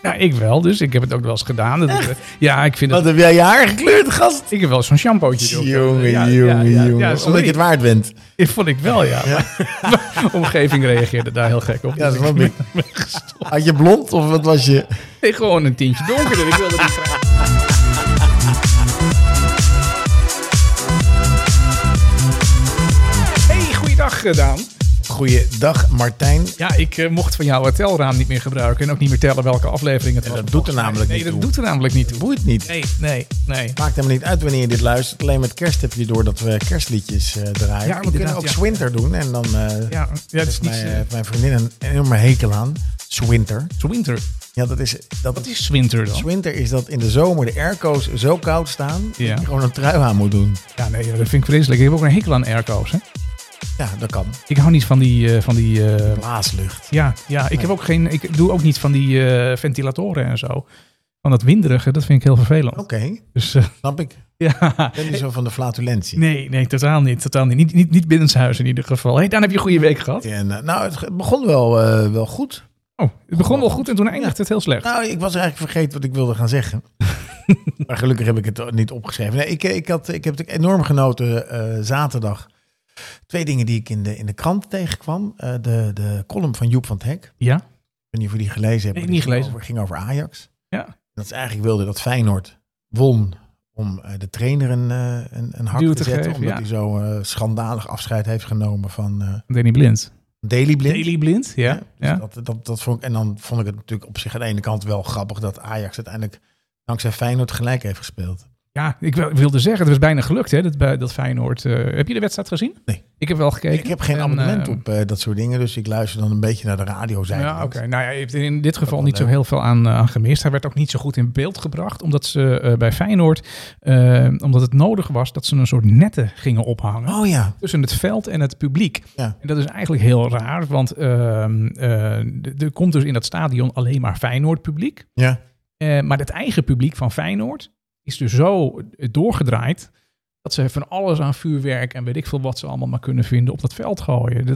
Ja, ik wel. Dus ik heb het ook wel eens gedaan. Ja, ik vind Wat heb jij je haar gekleurd, gast? Ik heb wel zo'n shampootje. Jongen. Omdat je het waard bent. Dat vond ik wel, ja. De omgeving reageerde daar heel gek op. Ja, dat was Had je blond of wat was je? Nee, gewoon een tintje donkerder. Ik wilde niet graag. Hey, goeiedag, Daan. Goeiedag, Martijn. Ja, ik mocht van jouw hotelraam niet meer gebruiken en ook niet meer tellen welke aflevering het was. Dat doet er namelijk niet toe. Nee, dat doet er namelijk niet toe. Boeit niet. Nee. Maakt helemaal niet uit wanneer je dit luistert. Alleen met kerst heb je door dat we kerstliedjes draaien. Ja, we kunnen ook Swinter doen. En dan dat is niet... mijn vriendin een enorme hekel aan. Swinter. Swinter? Ja, dat is... Wat is Swinter dan? Swinter is dat in de zomer de airco's zo koud staan... dat je gewoon een trui aan moet doen. Ja, nee, dat vind ik vreselijk. Ik heb ook een hekel aan airco's, hè? Ja, dat kan. Ik hou niet van die blaaslucht. Ja, ik heb ook geen. Ik doe ook niet van die ventilatoren en zo. Van dat winderige, dat vind ik heel vervelend. Oké. Dus, snap ik. Ja. Ben je zo van de flatulentie? Nee, totaal niet. Niet binnenshuis in ieder geval. Hey, dan heb je een goede week gehad. En, het begon wel goed. Oh, het begon wel goed en toen eindigde het heel slecht. Nou, ik was eigenlijk vergeten wat ik wilde gaan zeggen. Maar gelukkig heb ik het niet opgeschreven. Nee, ik heb het enorm genoten zaterdag. 2 dingen die ik in de krant tegenkwam. De column van Joep van het Hek. Ja. Ik weet niet of je die gelezen hebt. Nee, niet gelezen. Het ging over Ajax. Ja. Dat ze eigenlijk wilde dat Feyenoord won om de trainer een hak te zetten. Geven, omdat hij zo schandalig afscheid heeft genomen van... Danny Blind. Daley Blind, ja. Dus dat vond ik, en dan vond ik het natuurlijk op zich aan de ene kant wel grappig dat Ajax uiteindelijk dankzij Feyenoord gelijk heeft gespeeld. Ja, ik wilde zeggen, het was bijna gelukt, hè, dat Feyenoord. Heb je de wedstrijd gezien? Nee. Ik heb wel gekeken. Ik heb geen abonnement op dat soort dingen, dus ik luister dan een beetje naar de radio. Ja, oké. Nou ja, je heeft in dit geval niet zo heel veel aan gemist. Hij werd ook niet zo goed in beeld gebracht, omdat ze bij Feyenoord, omdat het nodig was dat ze een soort netten gingen ophangen. Oh ja. Tussen het veld en het publiek. Ja. En dat is eigenlijk heel raar, want er komt dus in dat stadion alleen maar Feyenoord publiek. Ja. Maar het eigen publiek van Feyenoord is dus zo doorgedraaid dat ze van alles aan vuurwerk en weet ik veel wat ze allemaal maar kunnen vinden op dat veld gooien.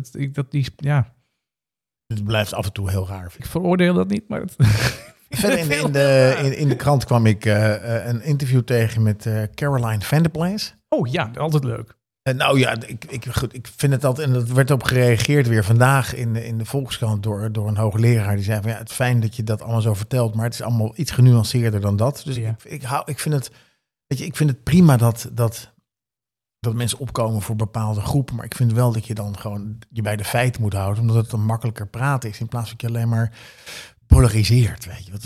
Het blijft af en toe heel raar. Ik veroordeel dat niet, maar... Verder in de krant kwam ik een interview tegen met Caroline van der Plas. Oh ja, altijd leuk. Nou ja, ik vind het altijd, en dat werd op gereageerd weer vandaag in de Volkskrant door een hoogleraar. Die zei van ja, het fijn dat je dat allemaal zo vertelt, maar het is allemaal iets genuanceerder dan dat. Dus ja. ik vind het prima dat mensen opkomen voor bepaalde groepen, maar ik vind wel dat je dan gewoon je bij de feiten moet houden, omdat het een makkelijker praten is in plaats van dat je alleen maar polariseert, weet je.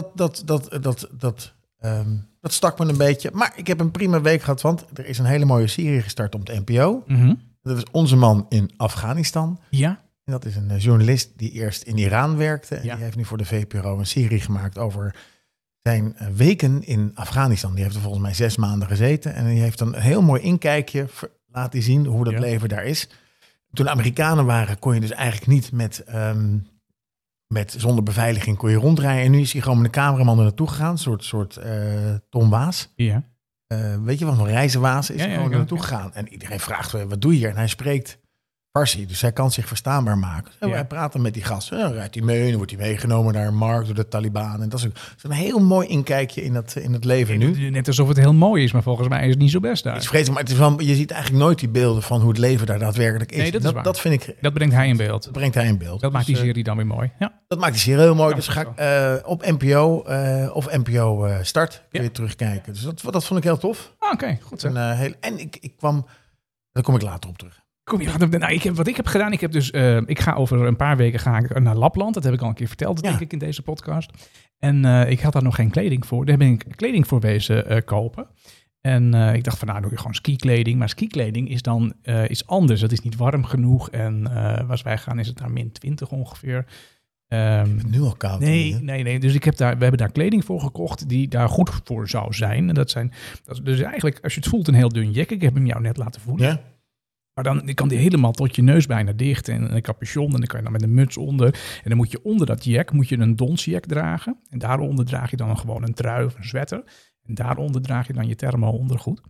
Dat stak me een beetje. Maar ik heb een prima week gehad, want er is een hele mooie serie gestart op de NPO. Mm-hmm. Dat is Onze Man in Afghanistan. Ja. En dat is een journalist die eerst in Iran werkte. En ja. Die heeft nu voor de VPRO een serie gemaakt over zijn weken in Afghanistan. Die heeft er volgens mij 6 maanden gezeten. En die heeft een heel mooi inkijkje laten zien hoe dat leven daar is. Toen de Amerikanen waren, kon je dus eigenlijk niet met zonder beveiliging kon je rondrijden. En nu is hij gewoon met een cameraman er naartoe gegaan. Een soort Tom Waas. Ja. Weet je wat een reizenwaas is? Gewoon er naartoe gegaan. En iedereen vraagt, wat doe je hier? En hij spreekt Farsi, dus hij kan zich verstaanbaar maken. En wij praten met die gasten. Dan rijdt hij mee en dan wordt hij meegenomen naar een markt door de Taliban. En dat is een heel mooi inkijkje in het leven nu. Net alsof het heel mooi is, maar volgens mij is het niet zo best daar. Het is vreselijk, maar het is wel, je ziet eigenlijk nooit die beelden van hoe het leven daar daadwerkelijk is. Nee, dat vind ik. Dat brengt hij in beeld. Dat maakt die serie dan weer mooi. Ja. Dat maakt die serie heel mooi. Dus ga ik op NPO of NPO Start kun je terugkijken. Dus dat vond ik heel tof. Oké, goed zo. En ik kwam, daar kom ik later op terug. Wat ik heb gedaan, ik ga over een paar weken naar Lapland. Dat heb ik al een keer verteld, denk ik, in deze podcast. En ik had daar nog geen kleding voor. Daar ben ik kleding voor wezen kopen. En ik dacht van, doe je gewoon skikleding. Maar skikleding is dan iets anders. Het is niet warm genoeg. En als wij gaan, is het daar -20 ongeveer. Nu al koud. Nee. Dus we hebben daar kleding voor gekocht die daar goed voor zou zijn. En dat is dus eigenlijk, als je het voelt, een heel dun jack. Ik heb hem jou net laten voelen. Ja. Maar dan kan die helemaal tot je neus bijna dicht en een capuchon. En dan kan je dan met een muts onder. En dan moet je onder dat jack een donsjack dragen. En daaronder draag je dan gewoon een trui of een sweater. En daaronder draag je dan je thermo ondergoed.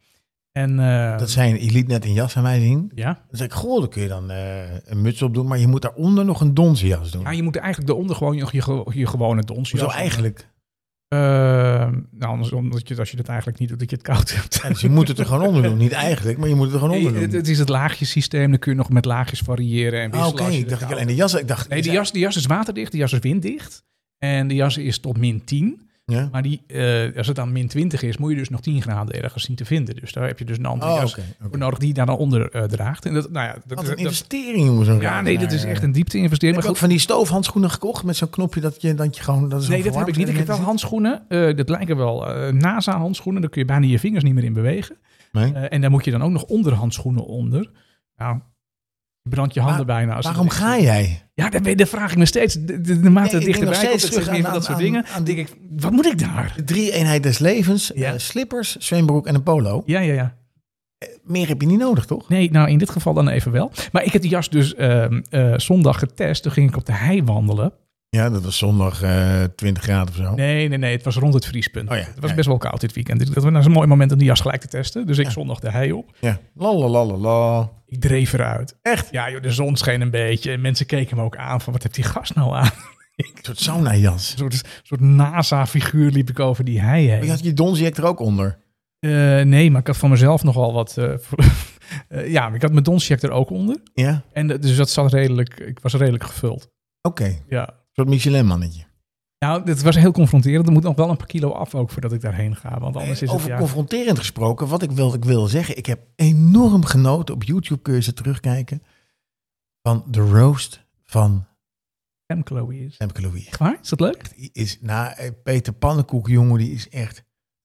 En, dat zei een Elite net een jas aan mij zien. Ja. Dan zei ik, goh, dan kun je dan een muts op doen, maar je moet daaronder nog een donsjas doen. Ja, je moet eigenlijk eronder gewoon je gewone donsjas. Zo eigenlijk. Anders omdat als je dat eigenlijk niet doet, dat je het koud hebt. Ja, dus je moet het er gewoon onder doen. Niet eigenlijk, maar je moet het er gewoon onder doen. Het is het laagjesysteem, dan kun je nog met laagjes variëren en wisselen. Oké, ik dacht alleen de jas. Ik dacht, nee, de jas is waterdicht, de jas is winddicht. En de jas is tot -10. Ja? Maar als het dan -20 is, moet je dus nog 10 graden ergens zien te vinden. Dus daar heb je dus een andere jas voor nodig die je daar dan onder draagt. En dat, wat een investering, jongens. Ja, nee, dat is echt een diepte-investering. Heb je ook van die stoofhandschoenen gekocht met zo'n knopje dat je gewoon... Dat is nee, dat heb ik niet. Ik heb wel handschoenen. Dat lijken wel NASA-handschoenen. Daar kun je bijna je vingers niet meer in bewegen. Nee? En daar moet je dan ook nog onderhandschoenen onder. Nou, je brandt je handen bijna. Waarom ga jij? Ja, dat vraag ik me steeds. De mate het dichterbij komt, steeds meer van dat soort dingen. Denk ik, wat moet ik daar? De 3-eenheid des levens, slippers, zwembroek en een polo. Ja. Meer heb je niet nodig, toch? Nee, nou in dit geval dan even wel. Maar ik heb die jas dus zondag getest. Toen ging ik op de hei wandelen. Ja, dat was zondag 20 graden of zo. Nee, het was rond het vriespunt. Oh ja, het was best wel koud dit weekend. Dus dat was een mooi moment om die jas gelijk te testen. Dus ik zondag de hei op. Ja, lalalala. Ik dreef eruit. Echt? Ja, joh, de zon scheen een beetje. En mensen keken me ook aan van, wat heeft die gast nou aan? Een soort sauna-jas. Een soort NASA-figuur liep ik over die hei heen. Maar je had je donsjack er ook onder? Nee, maar ik had van mezelf nogal wat... maar ik had mijn donsjack er ook onder. Ja? En dus dat zat ik was redelijk gevuld. Oké. Ja. Een soort Michelin-mannetje. Nou, het was heel confronterend. Er moet nog wel een paar kilo af ook voordat ik daarheen ga. Want anders is over confronterend gesproken, wat ik wil zeggen. Ik heb enorm genoten. Op YouTube kun je ze terugkijken. Van de roast van... Femke Louise. Femke Louise. Echt waar? Is dat leuk? Peter Pannenkoek, jongen, die is echt...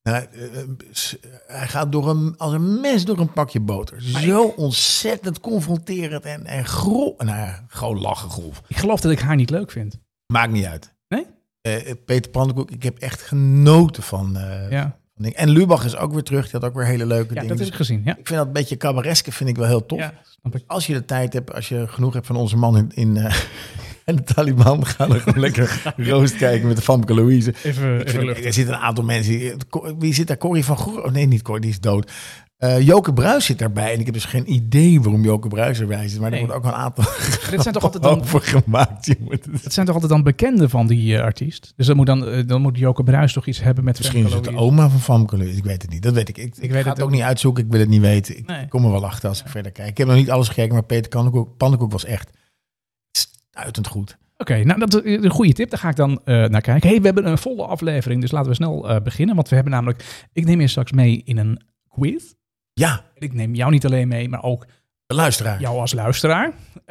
hij gaat als een mes door een pakje boter. Zo ontzettend confronterend en gewoon lachen golf. Ik geloof dat ik haar niet leuk vind. Maakt niet uit. Nee? Peter Pannenkoek, ik heb echt genoten van... En Lubach is ook weer terug. Die had ook weer hele leuke dingen. Ja, dat heb ik gezien. Ja. Ik vind dat een beetje cabareske, vind ik wel heel tof. Ja, snap ik. Als je de tijd hebt, als je genoeg hebt van onze man in en de Taliban, gaan we gewoon lekker roost kijken met de Femke Louise. Even er zitten een aantal mensen. Wie zit daar? Corrie van Goor? Oh nee, niet Corrie, die is dood. Joke Bruis zit daarbij. En ik heb dus geen idee waarom Joke Bruis erbij zit. Maar er wordt ook een aantal dit zijn toch altijd dan over gemaakt. Het zijn toch altijd dan bekenden van die artiest? Dus dan moet Joke Bruis toch iets hebben met misschien is het de oma van Femke Louise. Ik weet het niet. Dat weet ik. Ik ga het ook niet uitzoeken. Ik wil het niet weten. Ik kom er wel achter als ik verder kijk. Ik heb nog niet alles gekeken, maar Peter Pannenkoek was echt stuitend goed. Oké, nou dat is een goede tip. Daar ga ik dan naar kijken. Hey, we hebben een volle aflevering, dus laten we snel beginnen. Want we hebben namelijk... Ik neem je straks mee in een quiz. Ja. Ik neem jou niet alleen mee, maar ook de luisteraar. Jou als luisteraar.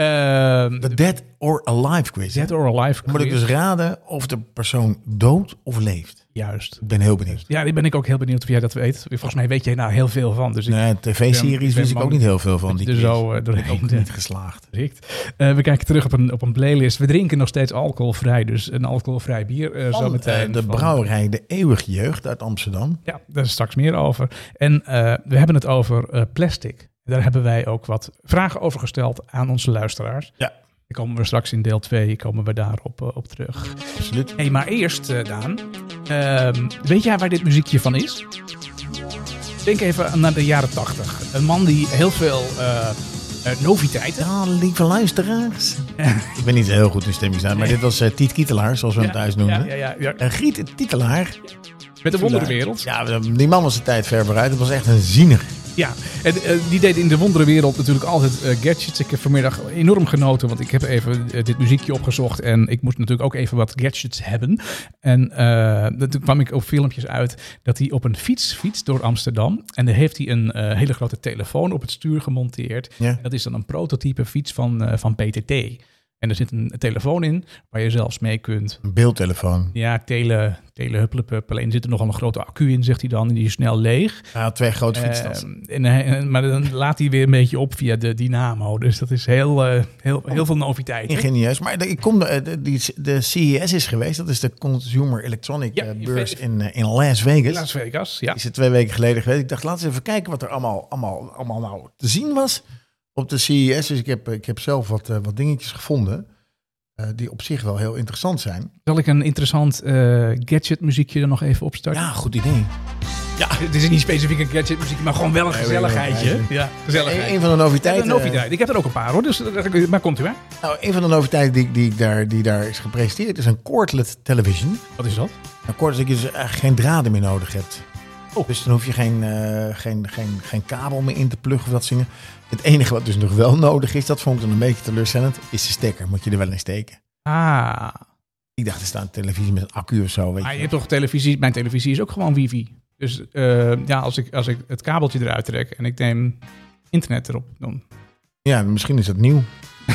De Dead or Alive quiz. Dead or Alive quiz. Moet ik dus raden of de persoon dood of leeft. Juist. Ik ben heel benieuwd. Ja, die ben ik ook heel benieuwd of jij dat weet. Volgens mij weet jij daar heel veel van. Dus tv-series wist ik ook niet heel veel van. Die zo doorheen ook niet geslaagd. We kijken terug op een playlist. We drinken nog steeds alcoholvrij. Dus een alcoholvrij bier zo meteen. De brouwerij De Eeuwige Jeugd uit Amsterdam. Ja, daar is straks meer over. En we hebben het over plastic. Daar hebben wij ook wat vragen over gesteld aan onze luisteraars. Ja. Dan komen we straks in deel 2 daarop op terug. Absoluut. Hey, maar eerst, Daan. Weet jij waar dit muziekje van is? Denk even naar de jaren 80. Een man die heel veel noviteiten... Ja, lieve luisteraars. Ik ben niet heel goed in stemming, maar dit was Tiet Kietelaar, zoals we hem thuis noemden. Ja. Griet Tietelaar. Met de wonderenwereld. Ja, die man was de tijd ver vooruit. Het was echt een ziener. Ja, en die deed in de wonderenwereld natuurlijk altijd gadgets. Ik heb vanmiddag enorm genoten, want ik heb even dit muziekje opgezocht. En ik moest natuurlijk ook even wat gadgets hebben. En toen kwam ik op filmpjes uit dat hij op een fiets fietst door Amsterdam. En daar heeft hij een hele grote telefoon op het stuur gemonteerd. Ja. Dat is dan een prototype fiets van PTT. En er zit een telefoon in waar je zelfs mee kunt. Een beeldtelefoon. Ja, hupplepup. Alleen er zit er nogal een grote accu in, zegt hij dan. En die is snel leeg. Hij had 2 grote fietstassen. Maar dan laat hij weer een beetje op via de dynamo. Dus dat is heel veel noviteit. Ingenieus. Maar de CES is geweest. Dat is de Consumer Electronic beurs in Las Vegas. Las Vegas, ja. Die is 2 weken geleden geweest. Ik dacht, laten we even kijken wat er allemaal nou te zien was. Op de CES, dus ik heb zelf wat dingetjes gevonden die op zich wel heel interessant zijn. Zal ik een interessant gadget muziekje er nog even opstarten? Ja, goed idee. Ja, het is niet specifiek een gadgetmuziek, maar gewoon wel een gezelligheidje. Ja, gezelligheid. Een van de noviteiten. Ik heb er ook een paar hoor, dus maar komt u hè? Nou, een van de noviteiten die daar is gepresenteerd is een cordless television. Wat is dat? Een cordless dat je dus eigenlijk geen draden meer nodig hebt. Dus dan hoef je geen kabel meer in te pluggen of dat zingen. Het enige wat dus nog wel nodig is, dat vond ik dan een beetje teleurstellend, is de stekker. Moet je er wel in steken. Ah. Ik dacht, er staat een televisie met een accu of zo. Weet je hebt toch televisie? Mijn televisie is ook gewoon wifi. Dus als ik het kabeltje eruit trek en ik neem internet erop, dan... Ja, misschien is dat nieuw.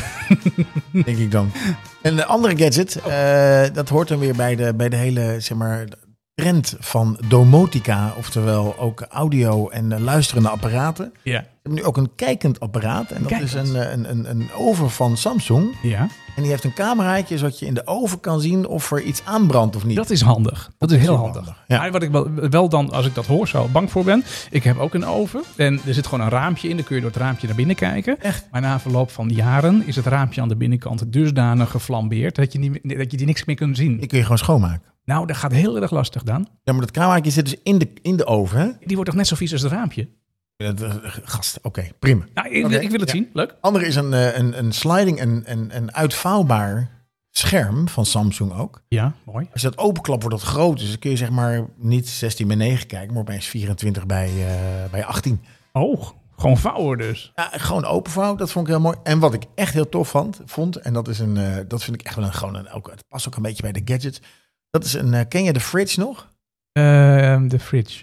Denk ik dan. En de andere gadget, dat hoort dan weer bij de hele, zeg maar, trend van domotica. Oftewel ook audio en luisterende apparaten. Ja. We hebben nu ook een kijkend apparaat. En dat is een oven van Samsung. Ja. En die heeft een cameraatje, zodat je in de oven kan zien of er iets aanbrandt of niet. Dat is handig. Dat is heel handig. Ja. Maar wat ik wel dan, als ik dat hoor, zo bang voor ben. Ik heb ook een oven. En er zit gewoon een raampje in. Dan kun je door het raampje naar binnen kijken. Echt? Maar na verloop van jaren is het raampje aan de binnenkant dusdanig geflambeerd dat je die niks meer kunt zien. Die kun je gewoon schoonmaken. Nou, dat gaat heel erg lastig dan. Ja, maar dat cameraatje zit dus in de oven, hè? Die wordt toch net zo vies als het raampje? Gast, oké, prima. Nou, ik wil het zien, leuk. Andere is een sliding en uitvouwbaar scherm van Samsung ook. Ja, mooi. Als je dat openklapt, wordt dat groot. Dus dan kun je zeg maar niet 16:9 kijken, maar opeens 24 bij 18. Oh, gewoon vouwen dus. Ja, gewoon openvouw, dat vond ik heel mooi. En wat ik echt heel tof vond en dat vind ik echt wel het past ook een beetje bij de gadgets. Dat is ken je de Fridge nog? De Fridge.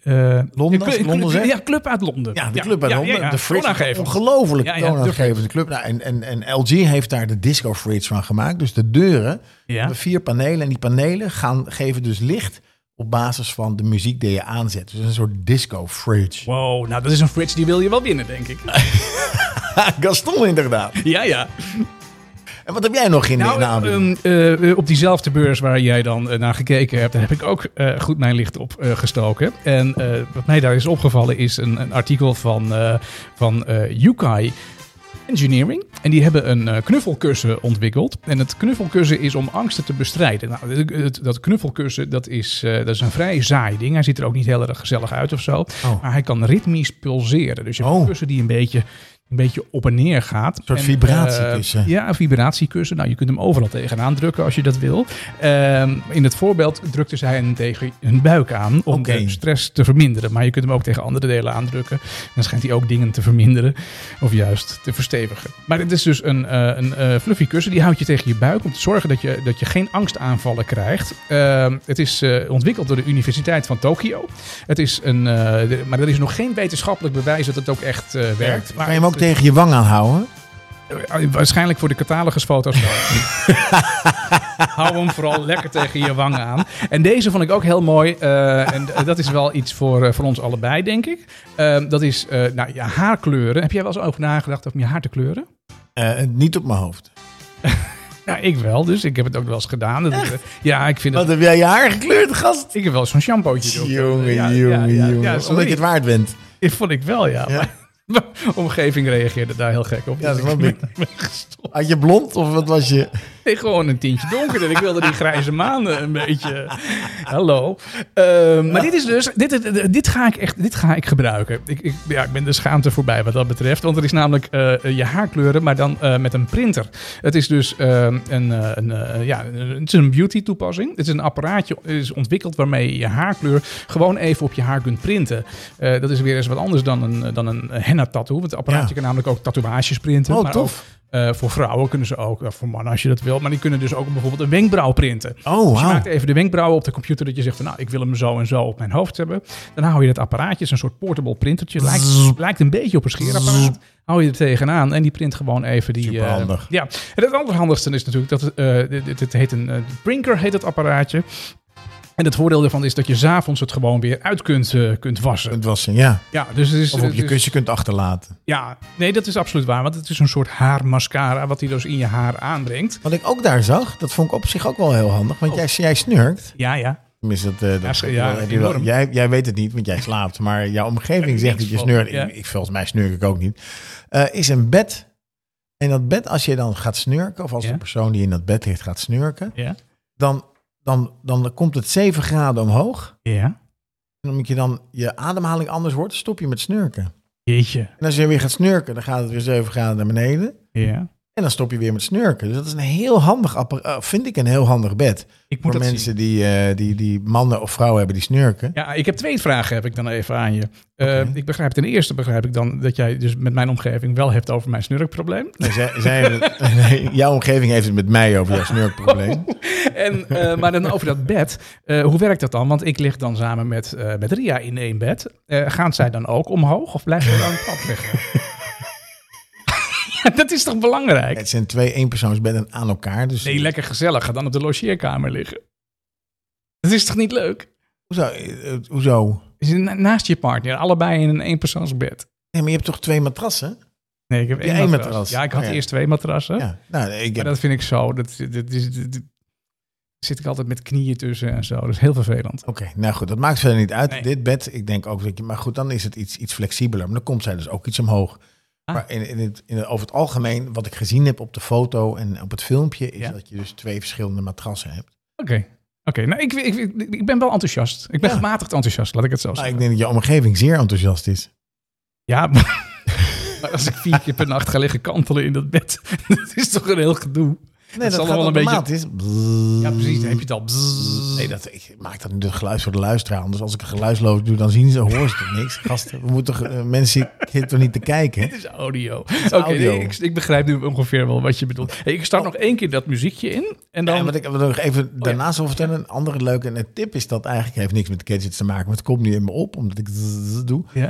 Londen, ja, Club uit Londen. Ja, de Club uit Londen. Ja. De Fridge, ongelooflijk toonaangevende club. Nou, en LG heeft daar de Disco Fridge van gemaakt. Dus de deuren hebben 4 panelen. En die panelen geven dus licht op basis van de muziek die je aanzet. Dus een soort Disco Fridge. Wow, nou dat is een fridge die wil je wel winnen, denk ik. Gaston inderdaad. Ja. En wat heb jij nog in aanbieding? Op diezelfde beurs waar jij dan naar gekeken hebt, daar heb ik ook goed mijn licht op gestoken. En wat mij daar is opgevallen is een artikel van Yukai Engineering. En die hebben een knuffelkussen ontwikkeld. En het knuffelkussen is om angsten te bestrijden. Nou, dat knuffelkussen, dat is een vrij saai ding. Hij ziet er ook niet heel erg gezellig uit of zo. Oh. Maar hij kan ritmisch pulseren. Dus je hebt een kussen die een beetje op en neer gaat. Een soort vibratiekussen. Ja, een vibratiekussen. Nou, je kunt hem overal tegenaan drukken als je dat wil. In het voorbeeld drukte zij hem tegen hun buik aan om de stress te verminderen. Maar je kunt hem ook tegen andere delen aandrukken. Dan schijnt hij ook dingen te verminderen of juist te verstevigen. Maar het is dus een fluffy kussen. Die houdt je tegen je buik om te zorgen dat je geen angstaanvallen krijgt. Het is ontwikkeld door de Universiteit van Tokio. Het is maar er is nog geen wetenschappelijk bewijs dat het ook echt werkt. Kan je hem ook tegen je wang aanhouden? Waarschijnlijk voor de catalogusfoto's wel. Hou hem vooral lekker tegen je wang aan. En deze vond ik ook heel mooi. En dat is wel iets voor ons allebei, denk ik. Dat is je haarkleuren. Heb jij wel eens over nagedacht om je haar te kleuren? Niet op mijn hoofd. Ja, ik wel. Dus ik heb het ook wel eens gedaan. Ik vind Wat heb jij je haar gekleurd, gast? Ik heb wel zo'n shampootje. Jongen. Omdat je het waard bent. Dat vond ik wel, ja. Maar mijn omgeving reageerde daar heel gek op. Ja, dat was had je blond of wat was je? Nee, gewoon een tintje donkerder. Ik wilde die grijze maanden een beetje. Hallo. Maar dit is dus. Dit ga ik gebruiken. Ik ben de schaamte voorbij wat dat betreft. Want er is namelijk je haarkleuren, maar dan met een printer. Het is dus het is een beauty toepassing. Het is een apparaatje. Het is ontwikkeld waarmee je je haarkleur gewoon even op je haar kunt printen. Dat is weer eens wat anders dan een henna tattoo. Want het apparaatje kan namelijk ook tatoeages printen. Oh, maar tof. Voor vrouwen kunnen ze ook, voor mannen als je dat wil, maar die kunnen dus ook bijvoorbeeld een wenkbrauw printen. Oh, Dus je maakt even de wenkbrauwen op de computer dat je zegt, ik wil hem zo en zo op mijn hoofd hebben. Dan hou je dat apparaatje, is een soort portable printertje, lijkt een beetje op een scheerapparaat. Hou je er tegenaan en die print gewoon even die... Superhandig. En het allerhandigste is natuurlijk dat het heet een Prinker heet het apparaatje. En het voordeel ervan is dat je 's avonds het gewoon weer uit kunt wassen. Kunt wassen, ja. Dus het is, of op je kussen kunt achterlaten. Ja, nee, dat is absoluut waar. Want het is een soort haarmascara wat hij dus in je haar aanbrengt. Wat ik ook daar zag, dat vond ik op zich ook wel heel handig. Want jij snurkt. Ja. Jij weet het niet, want jij slaapt. Maar jouw omgeving zegt dat je snurkt. Ja. Volgens mij snurk ik ook niet. Is een bed. En dat bed, als je dan gaat snurken, of als de persoon die in dat bed ligt gaat snurken, dan komt het 7 graden omhoog. Ja. En omdat je ademhaling anders wordt, stop je met snurken. Jeetje. En als je weer gaat snurken, dan gaat het weer 7 graden naar beneden. Ja. En dan stop je weer met snurken. Dus dat is een heel handig vind ik een heel handig bed. Voor mensen die mannen of vrouwen hebben die snurken. Ja, ik heb 2 vragen heb ik dan even aan je. Ik begrijp ten eerste dan dat jij dus met mijn omgeving wel hebt over mijn snurkprobleem. Nee, jouw omgeving heeft het met mij over jouw snurkprobleem. Maar dan over dat bed. Hoe werkt dat dan? Want ik lig dan samen met Ria in 1 bed. Gaan zij dan ook omhoog of blijven we dan op pad liggen? Dat is toch belangrijk? Het zijn 2 eenpersoonsbedden aan elkaar. Dus nee, lekker gezellig. Ga dan op de logeerkamer liggen. Dat is toch niet leuk? Hoezo? Naast je partner, allebei in een eenpersoonsbed. Nee, maar je hebt toch 2 matrassen? Nee, ik heb 1 matras. Ja, ik had eerst 2 matrassen. Ja. Nou, maar dat vind ik zo. Dat zit ik altijd met knieën tussen en zo. Dat is heel vervelend. Oké, nou goed, dat maakt verder niet uit. Nee. Dit bed, ik denk ook, maar goed, dan is het iets flexibeler. Maar dan komt zij dus ook iets omhoog. Maar over het algemeen, wat ik gezien heb op de foto en op het filmpje, is dat je dus 2 verschillende matrassen hebt. Oké. Nou, ik ben wel enthousiast. Ik ben gematigd enthousiast, laat ik het zo zeggen. Ik denk dat je omgeving zeer enthousiast is. Ja, maar als ik 4 keer per nacht ga liggen kantelen in dat bed, dat is toch een heel gedoe. Nee, dat gaat wel een beetje. Ja, precies. Dan heb je het al. Nee, ik maak dat nu het geluid voor de luisteraar. Anders als ik een geluidsloos doe, dan horen ze toch niks. Gasten, we moeten toch mensen zitten toch niet te kijken. Dit is audio. Oké, ik begrijp nu ongeveer wel wat je bedoelt. Hey, ik start nog 1 keer dat muziekje in en dan. Ja, wat ik nog even daarnaast wil vertellen, een andere leuke tip is dat eigenlijk heeft niks met gadgets te maken, maar het komt nu in me op omdat ik het doe. Ja.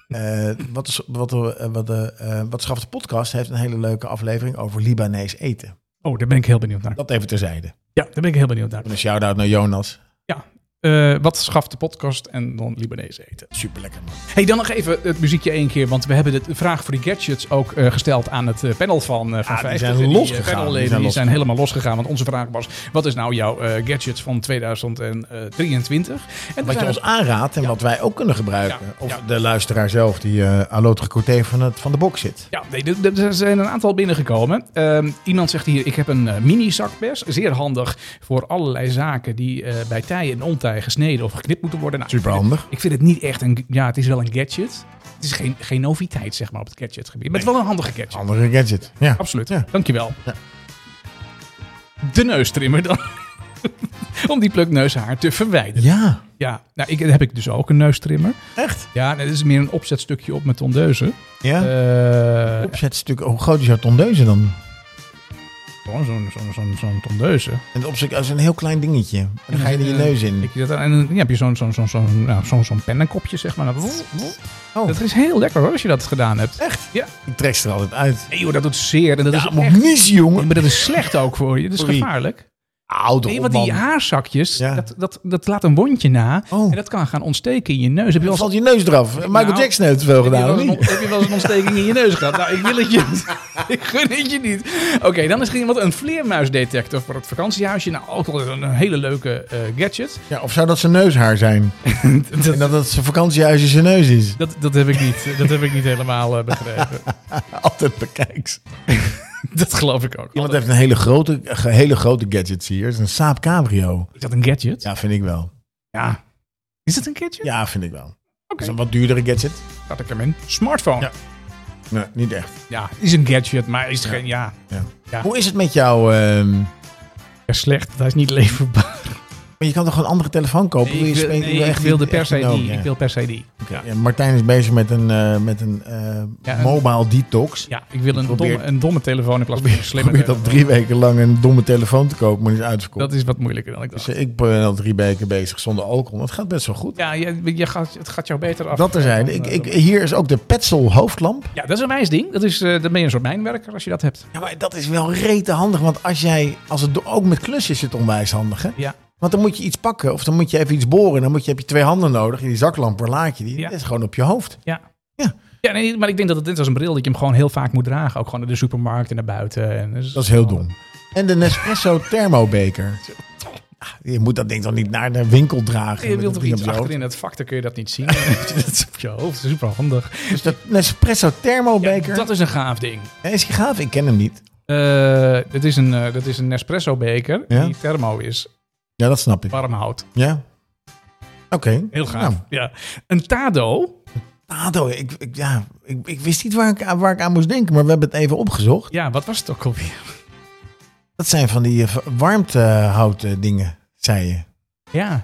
Wat schaft de podcast heeft een hele leuke aflevering over Libanees eten. Oh, daar ben ik heel benieuwd naar. Dat even terzijde. Ja, daar ben ik heel benieuwd naar. Een shout-out naar Jonas. Ja, wat schaft de podcast en dan Libanees eten. Super lekker, man. Hey, dan nog even het muziekje 1 keer, want we hebben de vraag voor die gadgets ook gesteld aan het panel van 50. Die zijn losgegaan. Die zijn helemaal losgegaan, want onze vraag was, wat is nou jouw gadgets van 2023? En wat je ons aanraadt en wat wij ook kunnen gebruiken. Of de luisteraar zelf die allotere côté van de box zit. Ja, nee, er zijn een aantal binnengekomen. Iemand zegt hier, ik heb een mini zakmes. Zeer handig voor allerlei zaken die bij tij en ontij gesneden of geknipt moeten worden. Nou, super handig. Ik vind het niet echt het is wel een gadget. Het is geen noviteit, zeg maar, op het gadgetgebied. Maar het is wel een handige gadget. Handige gadget, ja. Absoluut, dankjewel. Ja. De neustrimmer dan. Om die plukneushaar te verwijderen. Ja, nou, heb ik dus ook een neustrimmer. Echt? Ja, dat is meer een opzetstukje op mijn tondeuze. Ja? Opzetstuk, hoe groot is jouw tondeuze dan? Zo'n tondeuze. En dat is een heel klein dingetje. En dan ga je er je neus in. En dan heb je zo'n pennenkopje, zeg maar. Dat is heel lekker hoor, als je dat gedaan hebt. Echt? Ja. Ik trek ze er altijd uit. Nee joh, dat doet zeer. En dat is echt mis, jongen. Maar dat is slecht ook voor je. Dat is gevaarlijk. Nee, want die haarzakjes, dat laat een wondje na. En dat kan gaan ontsteken in je neus. Dan valt je neus eraf. Michael Jackson heeft het veel gedaan. Heb je wel eens een ontsteking in je neus gehad? Nou, ik wil het je niet. Ik gun het je niet. Oké, dan is er iemand een vleermuisdetector voor het vakantiehuisje. Nou, ook wel een hele leuke gadget. Ja, of zou dat zijn neushaar zijn? En dat zijn vakantiehuisje zijn neus is? Dat heb ik niet. Dat heb ik niet helemaal begrepen. Altijd bekijks. Dat geloof ik ook. Iemand heeft een hele grote gadget hier. Het is een Saab Cabrio. Is dat een gadget? Ja, vind ik wel. Ja. Is het een gadget? Ja, vind ik wel. Het is een wat duurdere gadget. Laat ik hem in. Smartphone. Ja. Nee, niet echt. Ja, is een gadget, maar is geen... Ja. Hoe is het met jou? Slecht, hij is niet leverbaar. Maar je kan toch gewoon een andere telefoon kopen? Ik wilde per se die. Ik wil per se die. Okay. Ja, Martijn is bezig met een mobile detox. Ja, ik wil een domme telefoon in plaats van een slimme. Ik probeer al 3 weken lang een domme telefoon te kopen, maar die is uitverkocht. Dat is wat moeilijker dan ik dacht. Dus ik ben al 3 weken bezig zonder alcohol. Het gaat best wel goed. Ja, het gaat jou beter af. Dat terzijde. Hier is ook de Petzl hoofdlamp. Ja, dat is een wijs ding. Dan ben je een soort mijnwerker als je dat hebt. Ja, maar dat is wel rete handig. Want als het ook met klusjes is het onwijs handig, hè? Ja. Want dan moet je iets pakken of dan moet je even iets boren. Dan heb je 2 handen nodig. En die zaklamp, waar laat je die? Dat is gewoon op je hoofd. Ja, nee, maar ik denk dat het net als een bril dat je hem gewoon heel vaak moet dragen. Ook gewoon naar de supermarkt en naar buiten. En dat is heel dom. En de Nespresso thermobeker. Je moet dat ding toch niet naar de winkel dragen? Je wilt toch iets achterin het vak, dan kun je dat niet zien. Dat is op je hoofd, super handig. Dus dat Nespresso thermobeker... Ja, dat is een gaaf ding. Is die gaaf? Ik ken hem niet. Dat is een Nespresso beker die thermo is. Ja, dat snap ik. Warm hout. Ja. Oké. Heel gaaf. Nou. Ja. Een Tado. Tado, ik wist niet waar ik aan moest denken, maar we hebben het even opgezocht. Ja, wat was het ook alweer? Dat zijn van die warmtehouten dingen, zei je. Ja.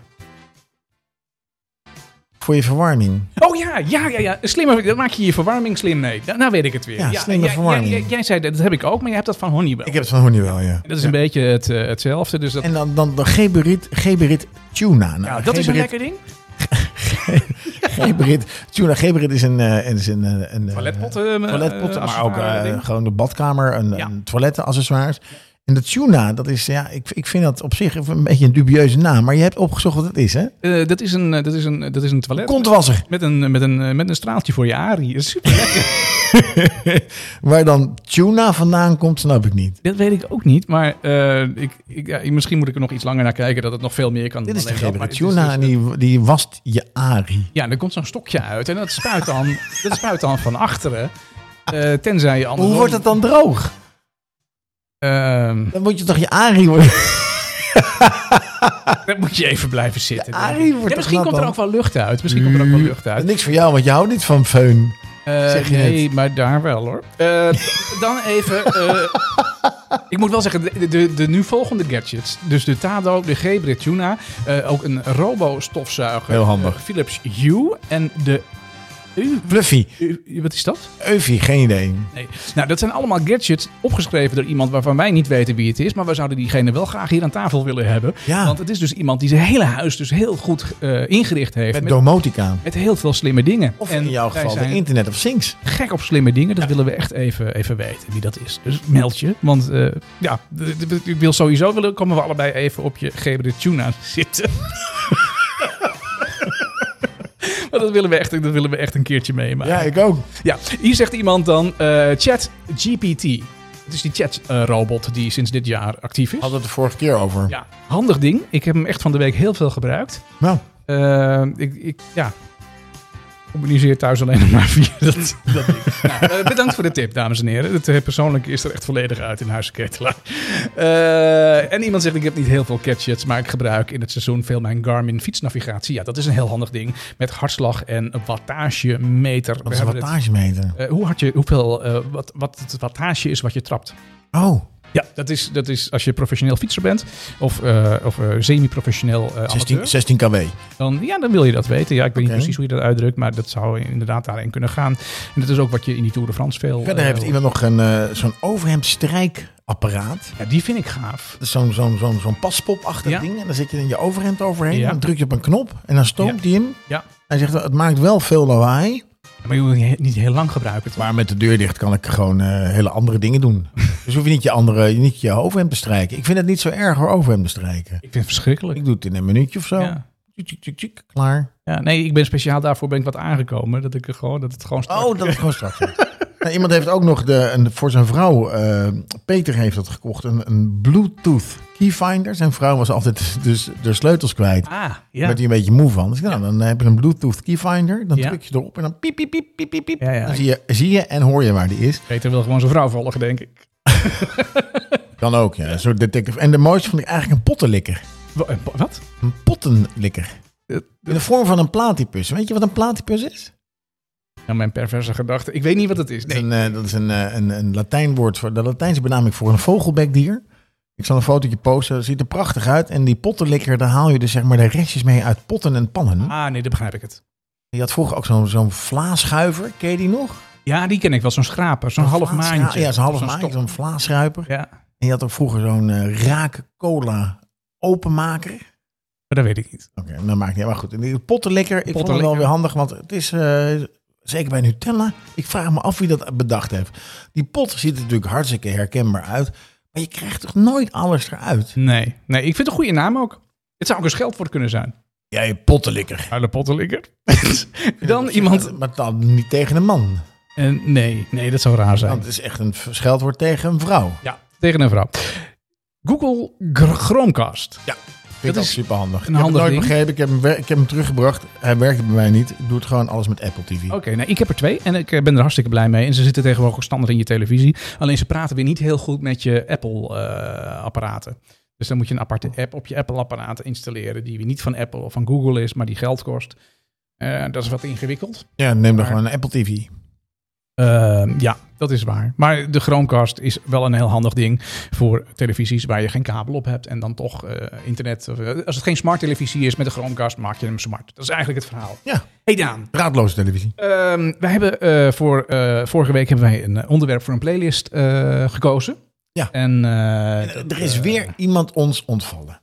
Voor je verwarming. Oh ja. Slimmer, dan maak je je verwarming slim mee. Nou weet ik het weer. Ja, slimme verwarming. Jij zei dat heb ik ook, maar je hebt dat van Honeywell. Ik heb het van Honeywell, ja. Dat is een beetje hetzelfde. Dus dat... En dan de Geberit Tuna. Nou, ja, dat is een lekker ding. Geberit Tuna. Geberit is een toiletpot, maar ook gewoon de badkamer, een toilettenaccessoires. En de tuna, dat is, ik vind dat op zich een beetje een dubieuze naam. Maar je hebt opgezocht wat het is, hè? Dat is een toilet. Kontwasser. Met een straaltje voor je arie. Dat is super lekker. Waar dan tuna vandaan komt, snap ik niet. Dat weet ik ook niet, maar misschien moet ik er nog iets langer naar kijken dat het nog veel meer kan. Dit is de Geberit tuna en die wast je arie. Ja, er komt zo'n stokje uit en dat spuit dan van achteren. Tenzij je anders. Hoe wordt het dan droog? Dan moet je toch je arie worden. Dan moet je even blijven zitten. Misschien komt er ook wel lucht uit. Niks voor jou, want je houdt niet van föhn. Nee, maar daar wel hoor. Dan even... ik moet wel zeggen, de nu volgende gadgets. Dus de Tado, de Geberit Tuna. Ook een robo-stofzuiger. Heel handig. Philips Hue en de... Fluffy. Wat is dat? Eufy, geen idee. Nee. Nou, dat zijn allemaal gadgets opgeschreven door iemand waarvan wij niet weten wie het is. Maar we zouden diegene wel graag hier aan tafel willen hebben. Ja. Want het is dus iemand die zijn hele huis dus heel goed ingericht heeft. Met domotica. Met heel veel slimme dingen. Of in jouw geval de Internet of Things. Gek op slimme dingen. Dat willen we echt even weten wie dat is. Dus meld je. Want ik wil sowieso komen we allebei even op je Geberit Tuna zitten. Maar dat willen we echt een keertje meemaken. Ja, ik ook. Ja, hier zegt iemand dan ChatGPT. Het is die chatrobot die sinds dit jaar actief is. Hadden we het de vorige keer over. Ja, handig ding. Ik heb hem echt van de week heel veel gebruikt. Nou. Communiceer thuis alleen nog maar via dat ding. Nou, bedankt voor de tip, dames en heren. Het persoonlijke is er echt volledig uit in Huizen Ketelaar. En iemand zegt, ik heb niet heel veel gadgets, maar ik gebruik in het seizoen veel mijn Garmin fietsnavigatie. Ja, dat is een heel handig ding. Met hartslag en een wattagemeter. Wat is een wattagemeter? Wat het wattage is wat je trapt. Oh. Ja, dat is als je professioneel fietser bent of semi-professioneel amateur. 16 kW. Dan wil je dat weten. Ja, ik weet niet precies hoe je dat uitdrukt, maar dat zou inderdaad daarin kunnen gaan. En dat is ook wat je in die Tour de France veel... Verder heeft iemand nog zo'n overhemdstrijkapparaat. Ja, die vind ik gaaf. Dat is zo'n paspop-achtig ding. En dan zit je in je overhemd overheen. Ja. Dan druk je op een knop en dan stoomt die hem. Ja. Hij zegt, het maakt wel veel lawaai. Maar je moet niet heel lang gebruiken. Toch? Maar met de deur dicht kan ik gewoon hele andere dingen doen. Dus hoef je niet je overhemd te strijken. Ik vind het niet zo erg hoor, overhemd te strijken. Ik vind het verschrikkelijk. Ik doe het in een minuutje of zo. Ja. Klaar. Ja, nee, ik ben speciaal daarvoor wat aangekomen. Dat het gewoon strak. Oh, dat het gewoon strak is. Nou, iemand heeft ook nog voor zijn vrouw, Peter heeft dat gekocht, een Bluetooth keyfinder. Zijn vrouw was altijd dus de sleutels kwijt. Ah, ja. Daar werd hij een beetje moe van. Dus dan heb je een Bluetooth keyfinder. Dan druk je erop en dan piep, piep, piep, piep, piep, piep. Ja. Dan zie je en hoor je waar die is. Peter wil gewoon zijn vrouw volgen, denk ik. Kan ook, ja. Een soort detective. En de mooiste vond ik eigenlijk een pottenlikker. Wat? Een pottenlikker. In de vorm van een platypus. Weet je wat een platypus is? Nou, mijn perverse gedachte. Ik weet niet wat het is. Nee. Dat is een Latijnwoord voor de Latijnse benaming voor een vogelbekdier. Ik zal een fotootje posten. Dat ziet er prachtig uit. En die pottenlikker, daar haal je dus zeg maar de restjes mee uit potten en pannen. Ah, nee, dat begrijp ik het. Je had vroeger ook zo'n vlaaschuiver. Ken je die nog? Ja, die ken ik wel. Zo'n schraper. Zo'n half maandje. Ja, zo'n half maandje. Zo'n vlaaschuiver. Ja. En je had ook vroeger zo'n raak cola openmaker. Maar dat weet ik niet. Oké, dat maakt niet. Maar goed, die pottenlikker, ik vond het wel weer handig. Want het is, zeker bij Nutella, ik vraag me af wie dat bedacht heeft. Die pot ziet er natuurlijk hartstikke herkenbaar uit. Maar je krijgt toch nooit alles eruit? Nee, ik vind het een goede naam ook. Het zou ook een scheldwoord kunnen zijn. Ja, je pottenlikker. Huile pottenlikker. Dan iemand... Maar dan niet tegen een man. Nee, dat zou raar zijn. Want het is echt een scheldwoord tegen een vrouw. Ja, tegen een vrouw. Google Chromecast. Ja. Dat is super handig. Ik heb het nooit begrepen. Ik heb hem teruggebracht. Hij werkte bij mij niet. Ik doe het gewoon alles met Apple TV. Oké, ik heb er 2 en ik ben er hartstikke blij mee. En ze zitten tegenwoordig standaard in je televisie. Alleen ze praten weer niet heel goed met je Apple apparaten. Dus dan moet je een aparte app op je Apple-apparaat installeren... die niet van Apple of van Google is, maar die geld kost. Dat is wat ingewikkeld. Ja, neem dan gewoon een Apple TV. Ja, dat is waar. Maar de Chromecast is wel een heel handig ding voor televisies waar je geen kabel op hebt en dan toch internet. Als het geen smart televisie is met een Chromecast, maak je hem smart. Dat is eigenlijk het verhaal. Ja. Hey Daan. Draadloze televisie. Wij hebben vorige week hebben wij een onderwerp voor een playlist gekozen. Ja. En er is weer iemand ons ontvallen.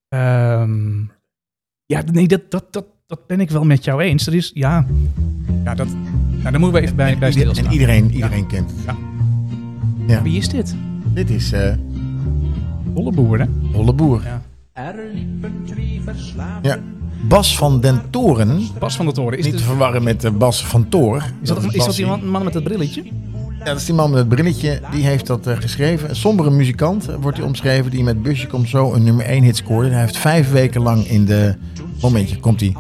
Ja, nee, dat ben ik wel met jou eens. Dat is, ja, dat... Nou, daar moeten we even bij stilstaan. En iedereen kent het. Ja. Ja. Wie is dit? Dit is Holleboer, hè? Holleboer. Ja. Er liepen twee verslaafden. Ja. Bas van den Toren. Bas van den Toren. Niet te verwarren met Bas van Toor. Is dat die man met het brilletje? Ja, dat is die man met het brilletje. Die heeft dat geschreven. Een sombere muzikant wordt hij omschreven. Die met Busje Komt Zo een nummer 1 hit scoorde. Hij heeft 5 weken lang in de... Momentje, komt-ie.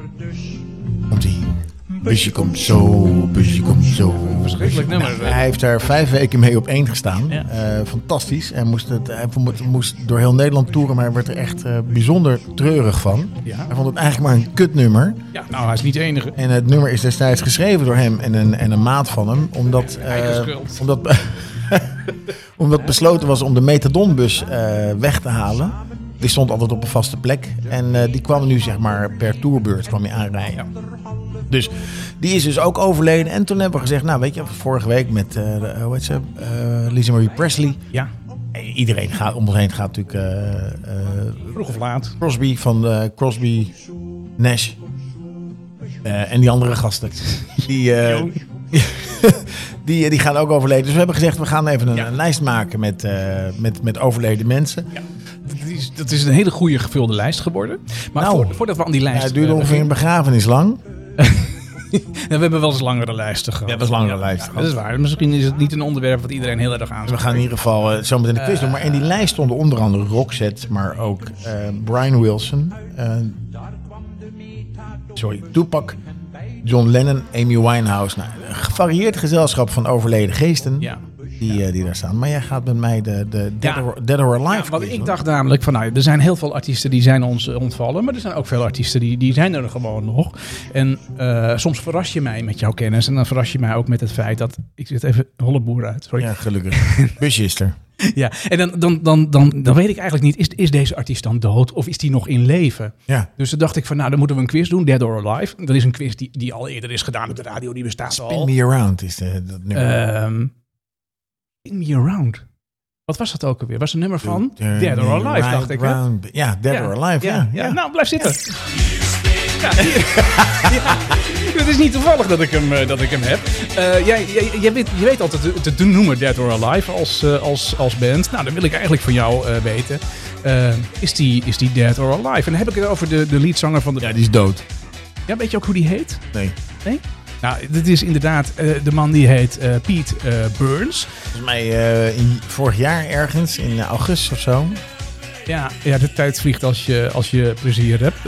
Busje komt zo, busje komt zo. Verschrikkelijk nummer. Hij heeft daar 5 weken mee op 1 gestaan. Ja. Fantastisch. Hij moest door heel Nederland toeren, maar hij werd er echt bijzonder treurig van. Ja. Hij vond het eigenlijk maar een kutnummer. Ja, nou, hij is niet de enige. En het nummer is destijds geschreven door hem en een maat van hem. Omdat besloten was om de metadonbus weg te halen. Die stond altijd op een vaste plek. En die kwam nu zeg maar per tourbeurt kwam hij aanrijden. Ja. Dus die is dus ook overleden. En toen hebben we gezegd, nou weet je, vorige week met, hoe heet ze? Lisa Marie Presley. Ja. Iedereen gaat, om ons heen gaat natuurlijk... Vroeg of laat. Crosby van Crosby, Nash. En die andere gasten. Die gaan ook overleden. Dus we hebben gezegd, we gaan even een lijst maken met overleden mensen. Ja. Dat is een hele goede gevulde lijst geworden. Maar voordat we aan die lijst... Ja, het duurde ongeveer een begrafenis lang. We hebben wel eens langere lijsten gehad. Ja, dat is langere lijsten. Dat is waar. Misschien is het niet een onderwerp wat iedereen heel erg aan. We gaan in ieder geval zo meteen de quiz doen. Maar in die lijst stonden onder andere Roxette, maar ook Brian Wilson. Tupac, John Lennon, Amy Winehouse. Nou, een gevarieerd gezelschap van overleden geesten. Ja. Die daar staan. Maar jij gaat met mij de Dead or Alive. Ja, want ik dacht namelijk van, er zijn heel veel artiesten die zijn ons ontvallen. Maar er zijn ook veel artiesten die zijn er gewoon nog. En soms verras je mij met jouw kennis. En dan verras je mij ook met het feit dat... Ik zet even Holleboer uit. Sorry. Ja, gelukkig. Busje is er. Ja, en dan weet ik eigenlijk niet, is deze artiest dan dood of is die nog in leven? Ja. Dus dan dacht ik van, dan moeten we een quiz doen, Dead or Alive. Dat is een quiz die al eerder is gedaan op de radio, die bestaat al. Spin Me Around is dat nummer. Spin Me Around. Wat was dat ook alweer? Was een nummer van Dead or Alive, dacht ik. Ja, Dead or Alive, ja. Nou, blijf zitten. Ja. Het is niet toevallig dat ik hem heb. Je weet altijd te noemen Dead or Alive als band. Nou, dan wil ik eigenlijk van jou weten. Is die Dead or Alive? En dan heb ik het over de leadzanger van de... Ja, die is dood. Ja, weet je ook hoe die heet? Nee? Nou, dit is inderdaad de man die heet Pete Burns. Volgens mij vorig jaar ergens, in augustus of zo. Ja, de tijd vliegt als je plezier hebt.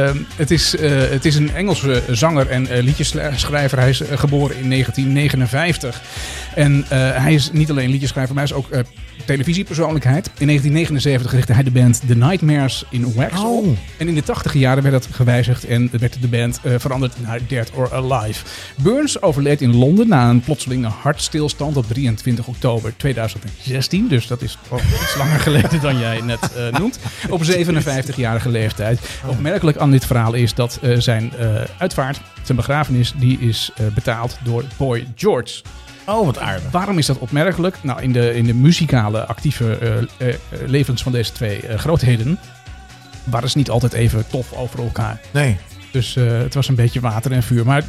Het is een Engelse zanger en liedjeschrijver. Hij is geboren in 1959. En hij is niet alleen liedjeschrijver, maar hij is ook televisiepersoonlijkheid. In 1979 richtte hij de band The Nightmares in Waxhaw. Oh. En in de 80e jaren werd dat gewijzigd en werd de band veranderd naar Dead or Alive. Burns overleed in Londen na een plotselinge hartstilstand op 23 oktober 2016. Dus dat is iets langer geleden dan jij net noemt. Op 57-jarige leeftijd. Opmerkelijk aan dit verhaal is dat zijn uitvaart, zijn begrafenis, die is betaald door Boy George. Oh, wat aardig. Waarom is dat opmerkelijk? Nou, in de muzikale actieve levens van deze twee grootheden waren ze niet altijd even tof over elkaar. Nee. Dus het was een beetje water en vuur. Maar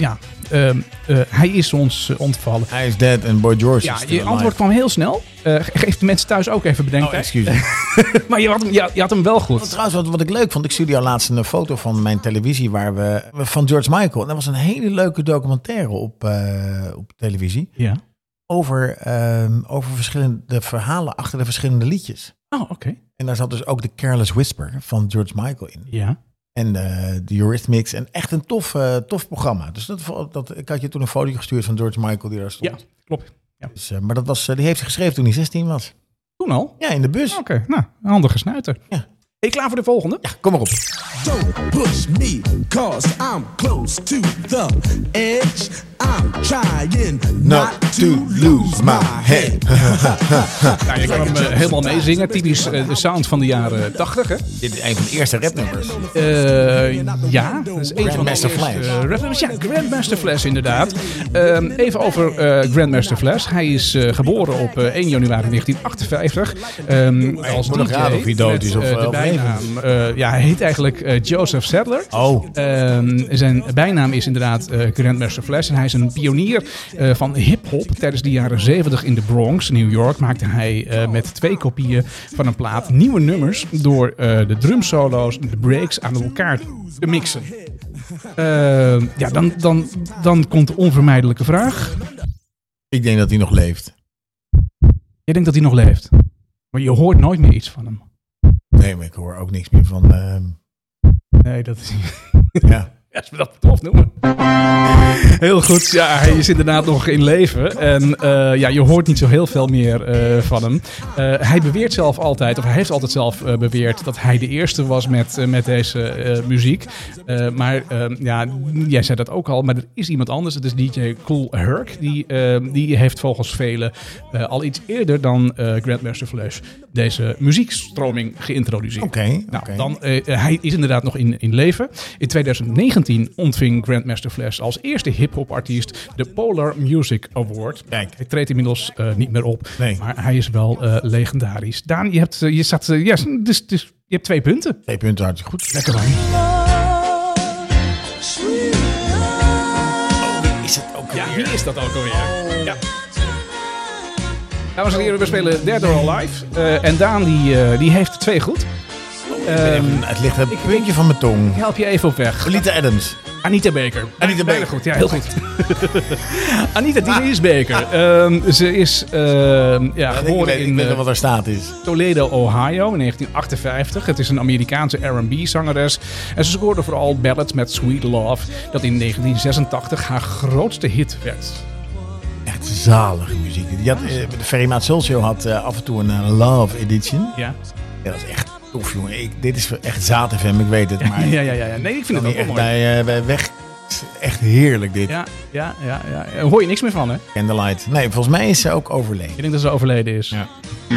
hij is ons ontvallen. Hij is dead en Boy George is je antwoord kwam heel snel. Geef de mensen thuis ook even bedenktijd. Excuus. Maar je had hem wel goed. Trouwens, wat ik leuk vond. Ik stuurde jou laatst een foto van mijn televisie van George Michael. En dat was een hele leuke documentaire op televisie. Ja. Over verschillende verhalen achter de verschillende liedjes. Oh, oké. En daar zat dus ook de Careless Whisper van George Michael in. Ja. En de Eurythmics. En echt een tof programma. Dus ik had je toen een foto gestuurd van George Michael die daar stond. Ja, klopt. Ja. Dus, maar die heeft hij geschreven toen hij 16 was. Toen al? Ja, in de bus. Oké, nou, een handige snuiter. Ja. Ben je klaar voor de volgende? Ja, kom maar op. Don't push me, cause I'm close to the edge. I'm trying not to lose my head. Nou, je kan hem helemaal meezingen. Typisch de sound van de jaren 80, hè? Dit is een van de eerste rapnummers. Ja, dat is een van de Grandmaster Flash. Ja, Grandmaster Flash inderdaad. Even over Grandmaster Flash. Hij is geboren op 1 januari 1958. Als moet nog DJ raden of hij dood met, is of de bijnaam. Hij heet eigenlijk Joseph Sadler. Oh. Zijn bijnaam is inderdaad Grandmaster Flash. En hij is een pionier van hip-hop. Tijdens de jaren 70 in de Bronx, New York, maakte hij met 2 kopieën van een plaat nieuwe nummers door de drumsolo's en de breaks aan elkaar te mixen. Dan komt de onvermijdelijke vraag. Ik denk dat hij nog leeft. Jij denkt dat hij nog leeft, maar je hoort nooit meer iets van hem. Nee, maar ik hoor ook niks meer van... Nee, dat is... ja. Ja, als we dat tof noemen. Heel goed. Ja, hij is inderdaad nog in leven. En je hoort niet zo heel veel meer van hem. Hij beweert zelf altijd, of hij heeft altijd zelf beweerd dat hij de eerste was met deze muziek. Maar jij zei dat ook al, maar er is iemand anders. Het is DJ Kool Herc. Die heeft volgens velen al iets eerder dan Grandmaster Flash deze muziekstroming geïntroduceerd. Oké. Hij is inderdaad nog in leven. In 2019 ontving Grandmaster Flash als eerste hip-hop artiest de Polar Music Award. Kijk. Hij treedt inmiddels niet meer op, Nee. maar hij is wel legendarisch. Daan, je hebt 2 punten. 2 punten, hartstikke goed. Lekker man. Is het ook Ja, wie is dat ook alweer? Ja. Dames en heren, we spelen Dead or Alive. En Daan die heeft 2 goed. het ligt een puntje van mijn tong. Ik help je even op weg. Lita Adams. Anita Baker. Anita Bijna Baker. goed, ja, heel goed. Anita Denise Baker. Ze is geboren Ik in weet nog wat er staat is. Toledo, Ohio in 1958. Het is een Amerikaanse R&B-zangeres. En ze scoorde vooral ballads met Sweet Love, dat in 1986 haar grootste hit werd. Echt zalige muziek. De Ferry Maat Soul Show had af en toe een Love Edition. Ja. Ja, dat is echt tof, jongen. Dit is echt Zaad FM, ik weet het. Maar Ja. Nee, ik vind het ook wel echt mooi. bij weg. Echt heerlijk dit. Ja. Hoor je niks meer van, hè? Candlelight. Nee, volgens mij is ze ook overleden. Ik denk dat ze overleden is. Ja.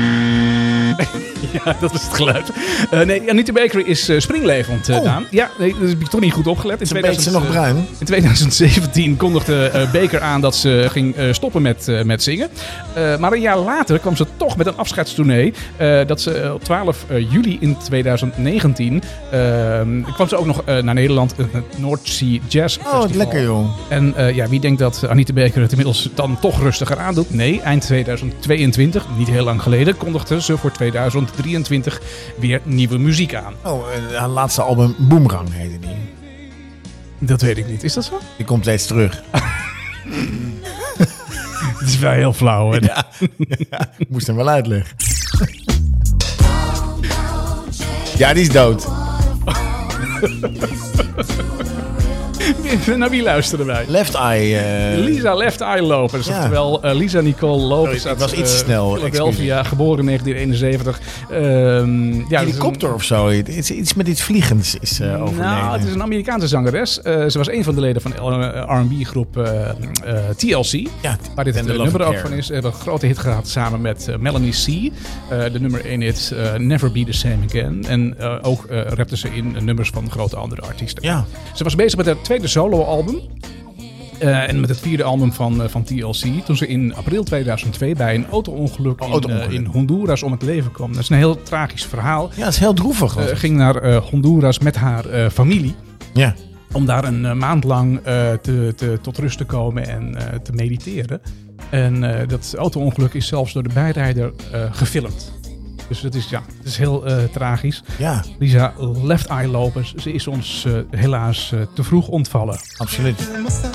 Ja, dat is het geluid. Anita Baker is springlevend, Daan. Ja, nee, dat heb ik toch niet goed opgelet. Ze beet ze nog bruin. In 2017 kondigde Baker aan dat ze ging stoppen met zingen. Maar een jaar later kwam ze toch met een afscheidstournee. Dat ze op 12 juli in 2019 kwam ze ook nog naar Nederland, het North Sea Jazz Festival. Oh, lekker joh. En wie denkt dat Anita Baker het inmiddels dan toch rustiger aandoet? Nee, eind 2022, niet heel lang geleden, kondigde ze voor 2023 weer nieuwe muziek aan. Oh, haar laatste album Boomerang heette die. Dat weet ik niet. Is dat zo? Die komt steeds terug. Het is wel heel flauw, hè? Ja, ik moest hem wel uitleggen. Ja, die is dood. Naar wie luisteren wij? Left Eye. Lisa Left Eye Lopez. Ja. Oftewel Lisa Nicole Lopez. Sorry, ik was iets te snel, Philadelphia, geboren in 1971. Helikopter of zo. Iets met iets vliegends is overleden. Nou, het is een Amerikaanse zangeres. Ze was een van de leden van de R&B-groep TLC. Ja, Waar dit en het The nummer Love ook van is. Ze hebben een grote hit gehad samen met Melanie C. De nummer 1 hit Never Be The Same Again. En ook rapte ze in nummers van grote andere artiesten. Ja. Ze was bezig met haar tweede soloalbum. En met het 4e album van TLC. Toen ze in april 2002 bij een auto-ongeluk in Honduras om het leven kwam. Dat is een heel tragisch verhaal. Ja, het is heel droevig. Ging naar Honduras met haar familie. Ja. Om daar een maand lang tot rust te komen en te mediteren. En dat auto-ongeluk is zelfs door de bijrijder gefilmd. Dus het is heel tragisch. Ja. Lisa Left Eye Lopez, ze is ons helaas te vroeg ontvallen. Absoluut.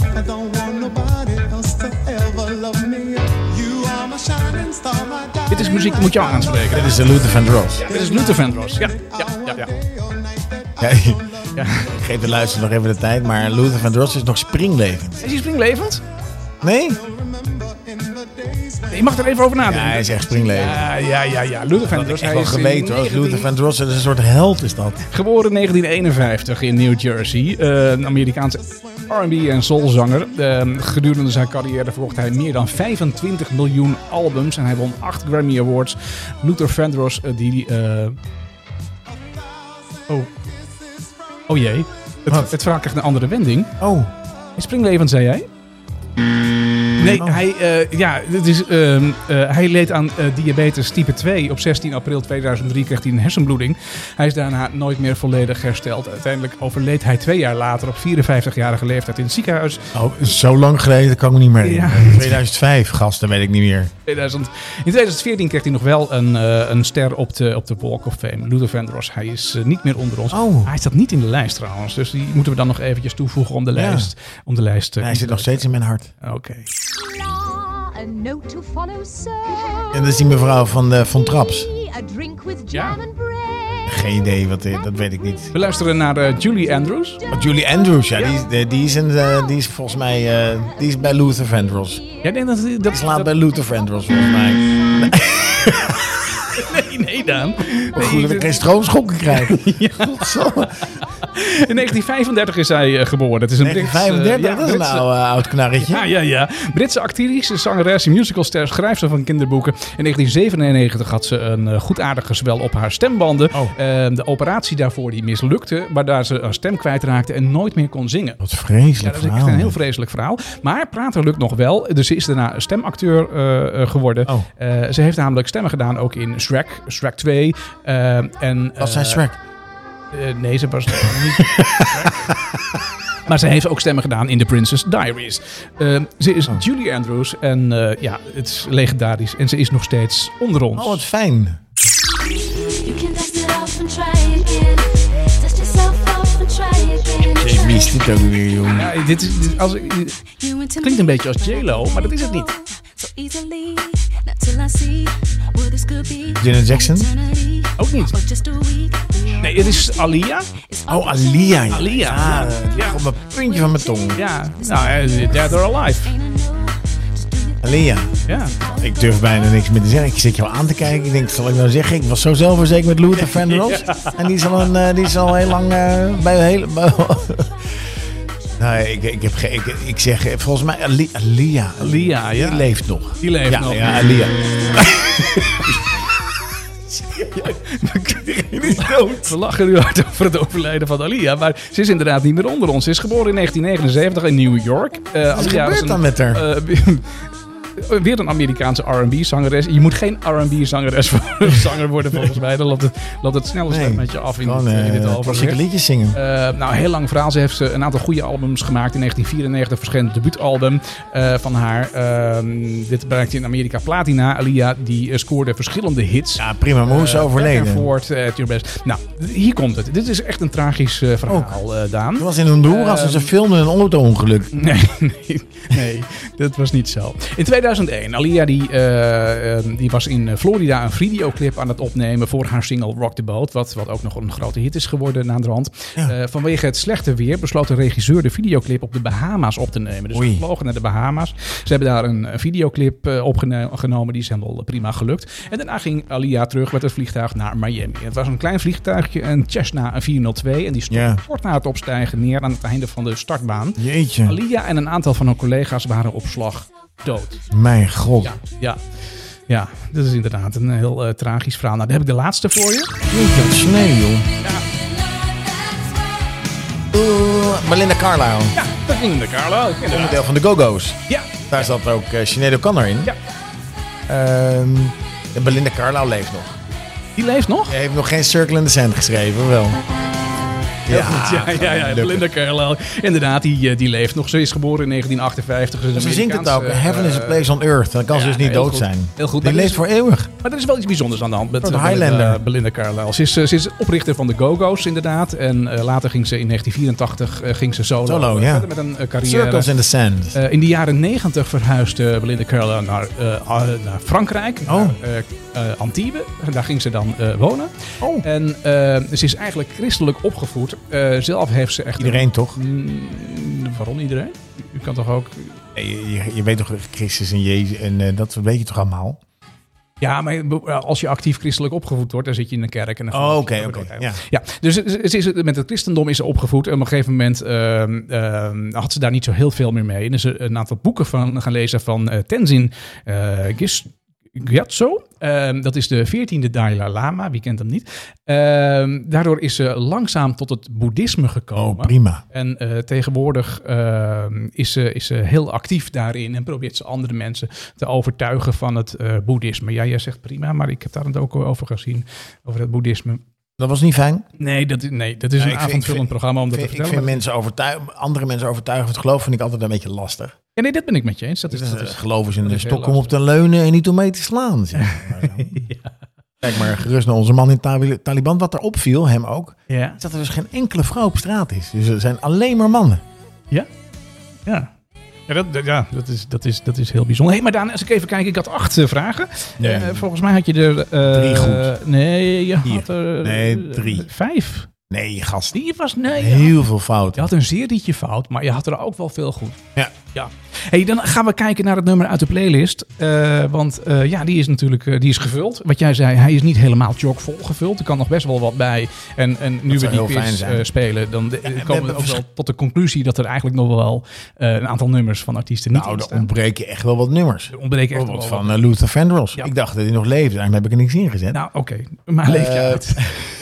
Dit is muziek, die moet jou aanspreken. Dit is Luther Vandross. Dit is Luther Vandross, ja. Ja, ik geef de luisteraar nog even de tijd, maar Luther Vandross is nog springlevend. Is hij springlevend? Nee? Je mag er even over nadenken. Ja, hij is echt springleven. Ja. Luther Vandross. Hij is geweten hoor. Luther Vandross is een soort held is dat. Geboren in 1951 in New Jersey. Een Amerikaanse R&B en soulzanger. Gedurende zijn carrière verkocht hij meer dan 25 miljoen albums. En hij won 8 Grammy Awards. Luther Vandross Oh jee. Het verhaal krijgt een andere wending. Oh. Springlevend, zei jij? Nee, hij leed aan diabetes type 2. Op 16 april 2003 kreeg hij een hersenbloeding. Hij is daarna nooit meer volledig hersteld. Uiteindelijk overleed hij 2 jaar later op 54-jarige leeftijd in het ziekenhuis. Oh, zo lang geleden, dat kan ik me niet meer herinneren. 2005, gasten, weet ik niet meer. In 2014 kreeg hij nog wel een ster op de Walk of Fame. Luther Vandross, hij is niet meer onder ons. Oh. Hij staat niet in de lijst trouwens. Dus die moeten we dan nog eventjes toevoegen om de lijst. Hij zit nog steeds in mijn hart. Oké. En dat is die mevrouw van Traps. Ja. Geen idee, dat weet ik niet. We luisteren naar Julie Andrews. Julie Andrews, die is volgens mij die is bij Luther Vandross. Jij denkt dat Slaat bij Luther Vandross volgens mij. Nee, Daan. Goed dat ik geen stroomschokken krijg. In 1935 is hij geboren. Het is een 1935? Dat is een oud knarretje. Ja. Britse actrice, zangeres, musicalster, schrijfster van kinderboeken. In 1997 had ze een goedaardig gezwel op haar stembanden. De operatie daarvoor die mislukte, waardoor ze haar stem kwijtraakte en nooit meer kon zingen. Wat vreselijk dat is echt een heel vreselijk verhaal. Maar praten lukt nog wel. Dus ze is daarna stemacteur geworden. Ze heeft namelijk stemmen gedaan ook in Shrek 2. Wat zijn Shrek? Nee, ze was niet. Maar ze heeft ook stemmen gedaan in The Princess Diaries. Ze is Julie Andrews en het is legendarisch. En ze is nog steeds onder ons. Oh, wat fijn. Ik mis dit ook weer, jongen. Ja, klinkt een beetje als J-Lo, maar dat is het niet. Janet Jackson? Ook niet. Nee, het is Alia. Oh, Alia. Alia. Op mijn puntje van mijn tong. Ja, nou, Dead or Alive. Alia. Ja. Ik durf bijna niks meer te zeggen. Ik zit jou aan te kijken. Ik denk, zal ik nou zeggen? Ik was zo zelfverzekerd met Luther Vandross. Ja. En die is al heel lang bij... Nee, ik zeg volgens mij Alia. Alia, ja. Die leeft nog. Die leeft nog. Ja, Alia. We lachen nu hard over het overlijden van Alia, maar ze is inderdaad niet meer onder ons. Ze is geboren in 1979 in New York. Wat gebeurt dan met haar? Weer een Amerikaanse R&B-zangeres. Je moet geen R&B-zanger worden volgens mij. Dan loopt het snel met je af in dit overzicht. Klassieke liedjes zingen. Heel lang verhaal. Ze heeft een aantal goede albums gemaakt. In 1994 verscheen het debuutalbum van haar. Dit bereikte in Amerika platina. Alia die scoorde verschillende hits. Ja, prima. Maar hoe is ze overleden? Voort, Your Best. Nou, hier komt het. Dit is echt een tragisch verhaal, Daan. Ze was in Honduras en ze filmde een auto-ongeluk. Nee, dat was niet zo. In 2001, Alia die was in Florida een videoclip aan het opnemen voor haar single Rock the Boat. Wat ook nog een grote hit is geworden naderhand. Ja. Vanwege het slechte weer besloot de regisseur de videoclip op de Bahama's op te nemen. Dus we vlogen naar de Bahama's. Ze hebben daar een videoclip opgenomen. Die is helemaal prima gelukt. En daarna ging Alia terug met het vliegtuig naar Miami. Het was een klein vliegtuigje, een Cessna 402. En die stond kort na het opstijgen neer aan het einde van de startbaan. Jeetje. Alia en een aantal van haar collega's waren op slag dood. Mijn god. Ja, dat is inderdaad een heel tragisch verhaal. Nou, dan heb ik de laatste voor je. Jeetje, wat sneu, joh. Ja. Belinda Carlisle. Ja, Belinda Carlisle. Onderdeel van de Go-Go's. Ja. Daar zat ook Sinead O'Connor in. Ja. Belinda Carlisle leeft nog. Die leeft nog? Hij heeft nog geen Circle in the Sand geschreven, wel. Ja, Belinda Carlisle. Inderdaad, die leeft nog. Ze is geboren in 1958. Ze zingt het ook. Heaven is a place on earth. Dan kan ze dus niet dood zijn. Heel goed. Die leeft voor eeuwig. Maar er is wel iets bijzonders aan de hand met Belinda Carlisle. Ze is oprichter van de Go-Go's inderdaad. En later ging ze in 1984 solo met een carrière. Circles in the Sand. In de jaren 90 verhuisde Belinda Carlisle naar Frankrijk. Naar Antibes. Daar ging ze dan wonen. En ze is eigenlijk christelijk opgevoed. Zelf heeft ze echt... Iedereen toch? Waarom iedereen? U kan toch ook... Je weet toch Christus en Jezus en dat weet je toch allemaal? Ja, maar als je actief christelijk opgevoed wordt, dan zit je in een kerk. En dan Oké. Ja, dus met het christendom is ze opgevoed. En op een gegeven moment had ze daar niet zo heel veel meer mee. En is er een aantal boeken van gaan lezen van Tenzin Gyatso. Dat is de 14e Dalai Lama, wie kent hem niet. Daardoor is ze langzaam tot het boeddhisme gekomen. Oh, prima. En tegenwoordig is ze heel actief daarin en probeert ze andere mensen te overtuigen van het boeddhisme. Ja, jij zegt prima, maar ik heb daar een docu over gezien, over het boeddhisme. Dat was niet fijn? Nee, dat is een avondvullend programma om dat te vertellen. Ik vind andere mensen overtuigen van het geloof vind ik altijd een beetje lastig. Ja, nee, dat ben ik met je eens. Dat is geloof is in de stok om op te leunen en niet om mee te slaan. Zeg maar. Ja. Kijk maar gerust naar onze man in Taliban. Wat er opviel, hem ook, is dat er dus geen enkele vrouw op straat is. Dus er zijn alleen maar mannen. Ja. Dat is heel bijzonder. Hey, maar Daan, als ik even kijk, ik had 8 vragen. Nee. Volgens mij had je er 3 goed. Nee, je had er 3. 5. Nee, gast. Die was heel veel fouten. Je had een serietje fout, maar je had er ook wel veel goed. Ja. Hey, dan gaan we kijken naar het nummer uit de playlist. Want die is natuurlijk die is gevuld. Wat jij zei, hij is niet helemaal chockvol gevuld. Er kan nog best wel wat bij. En nu we die quiz spelen, dan komen we ook wel tot de conclusie dat er eigenlijk nog wel een aantal nummers van artiesten niet in staan. Er ontbreken echt wel wat nummers. Er ontbreken echt wel wat van Luther Vandross. Ja. Ik dacht dat hij nog leefde, daarom heb ik er niks in gezet. Nou, oké. Maar leef je uit.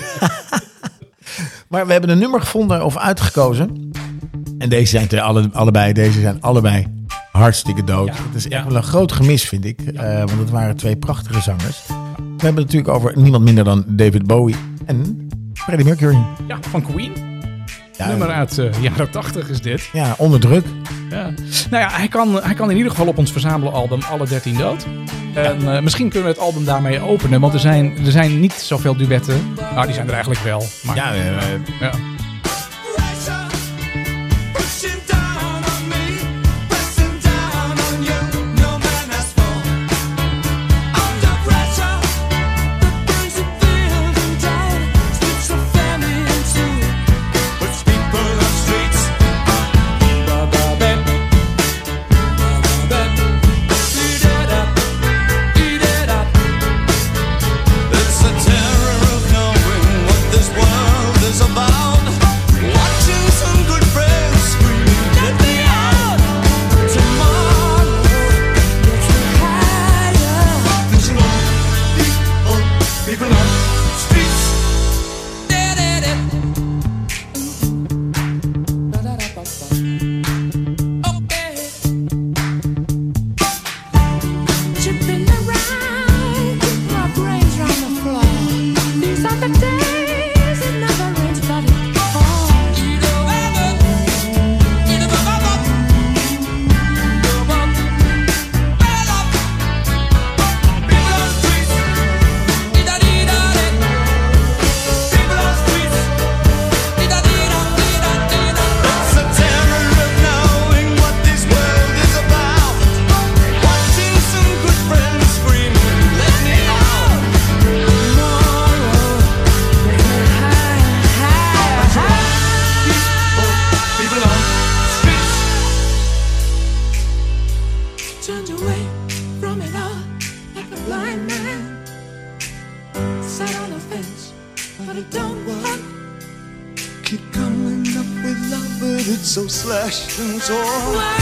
Maar we hebben een nummer gevonden of uitgekozen. En deze zijn allebei hartstikke dood. Ja, het is echt wel een groot gemis, vind ik. Want het waren 2 prachtige zangers. We hebben het natuurlijk over niemand minder dan David Bowie en Freddie Mercury. Ja, van Queen. Ja, nummer uit jaren 80 is dit. Ja, onder druk. Ja. Nou ja, hij kan in ieder geval op ons verzamelen album Alle 13 Dood. En misschien kunnen we het album daarmee openen. Want er zijn niet zoveel duetten. Nou, die zijn er eigenlijk wel. Maar, ja. So slashed and torn. Why?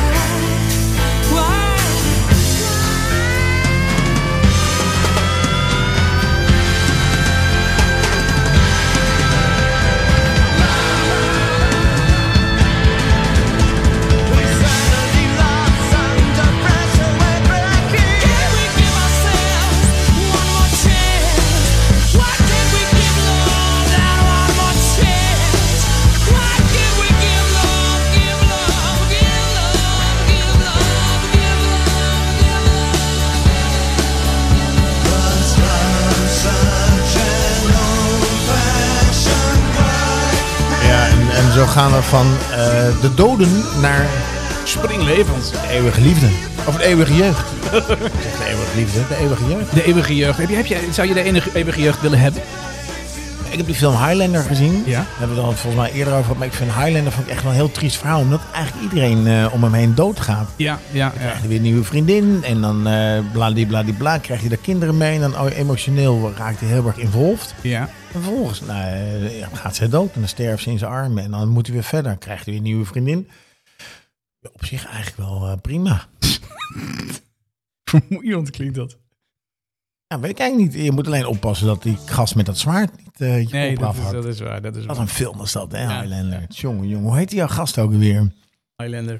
Zo gaan we van de doden naar springlevend. De eeuwige liefde. Of de eeuwige jeugd. De eeuwige liefde, de eeuwige jeugd. De eeuwige jeugd. Zou je de eeuwige jeugd willen hebben? Ik heb die film Highlander gezien. Ja. Daar hebben we dan volgens mij eerder over gehad. Maar ik vind Highlander echt wel een heel triest verhaal. Omdat eigenlijk iedereen om hem heen doodgaat. Ja. Dan krijg je weer een nieuwe vriendin. En dan bladibladibla krijg je daar kinderen mee. En dan emotioneel raakt hij heel erg involved. Ja. En vervolgens gaat zij dood. En dan sterft ze in zijn armen. En dan moet hij weer verder. Dan krijgt hij weer een nieuwe vriendin. Ja, op zich eigenlijk wel prima. Vermoeiend klinkt dat. Ja, weet ik eigenlijk niet. Je moet alleen oppassen dat die gast met dat zwaard niet je kop afhakt. Dat is waar. Dat is Wat een film was dat, hè, Ja. Highlander. Jongen. Hoe heet die jouw gast ook weer? Highlander.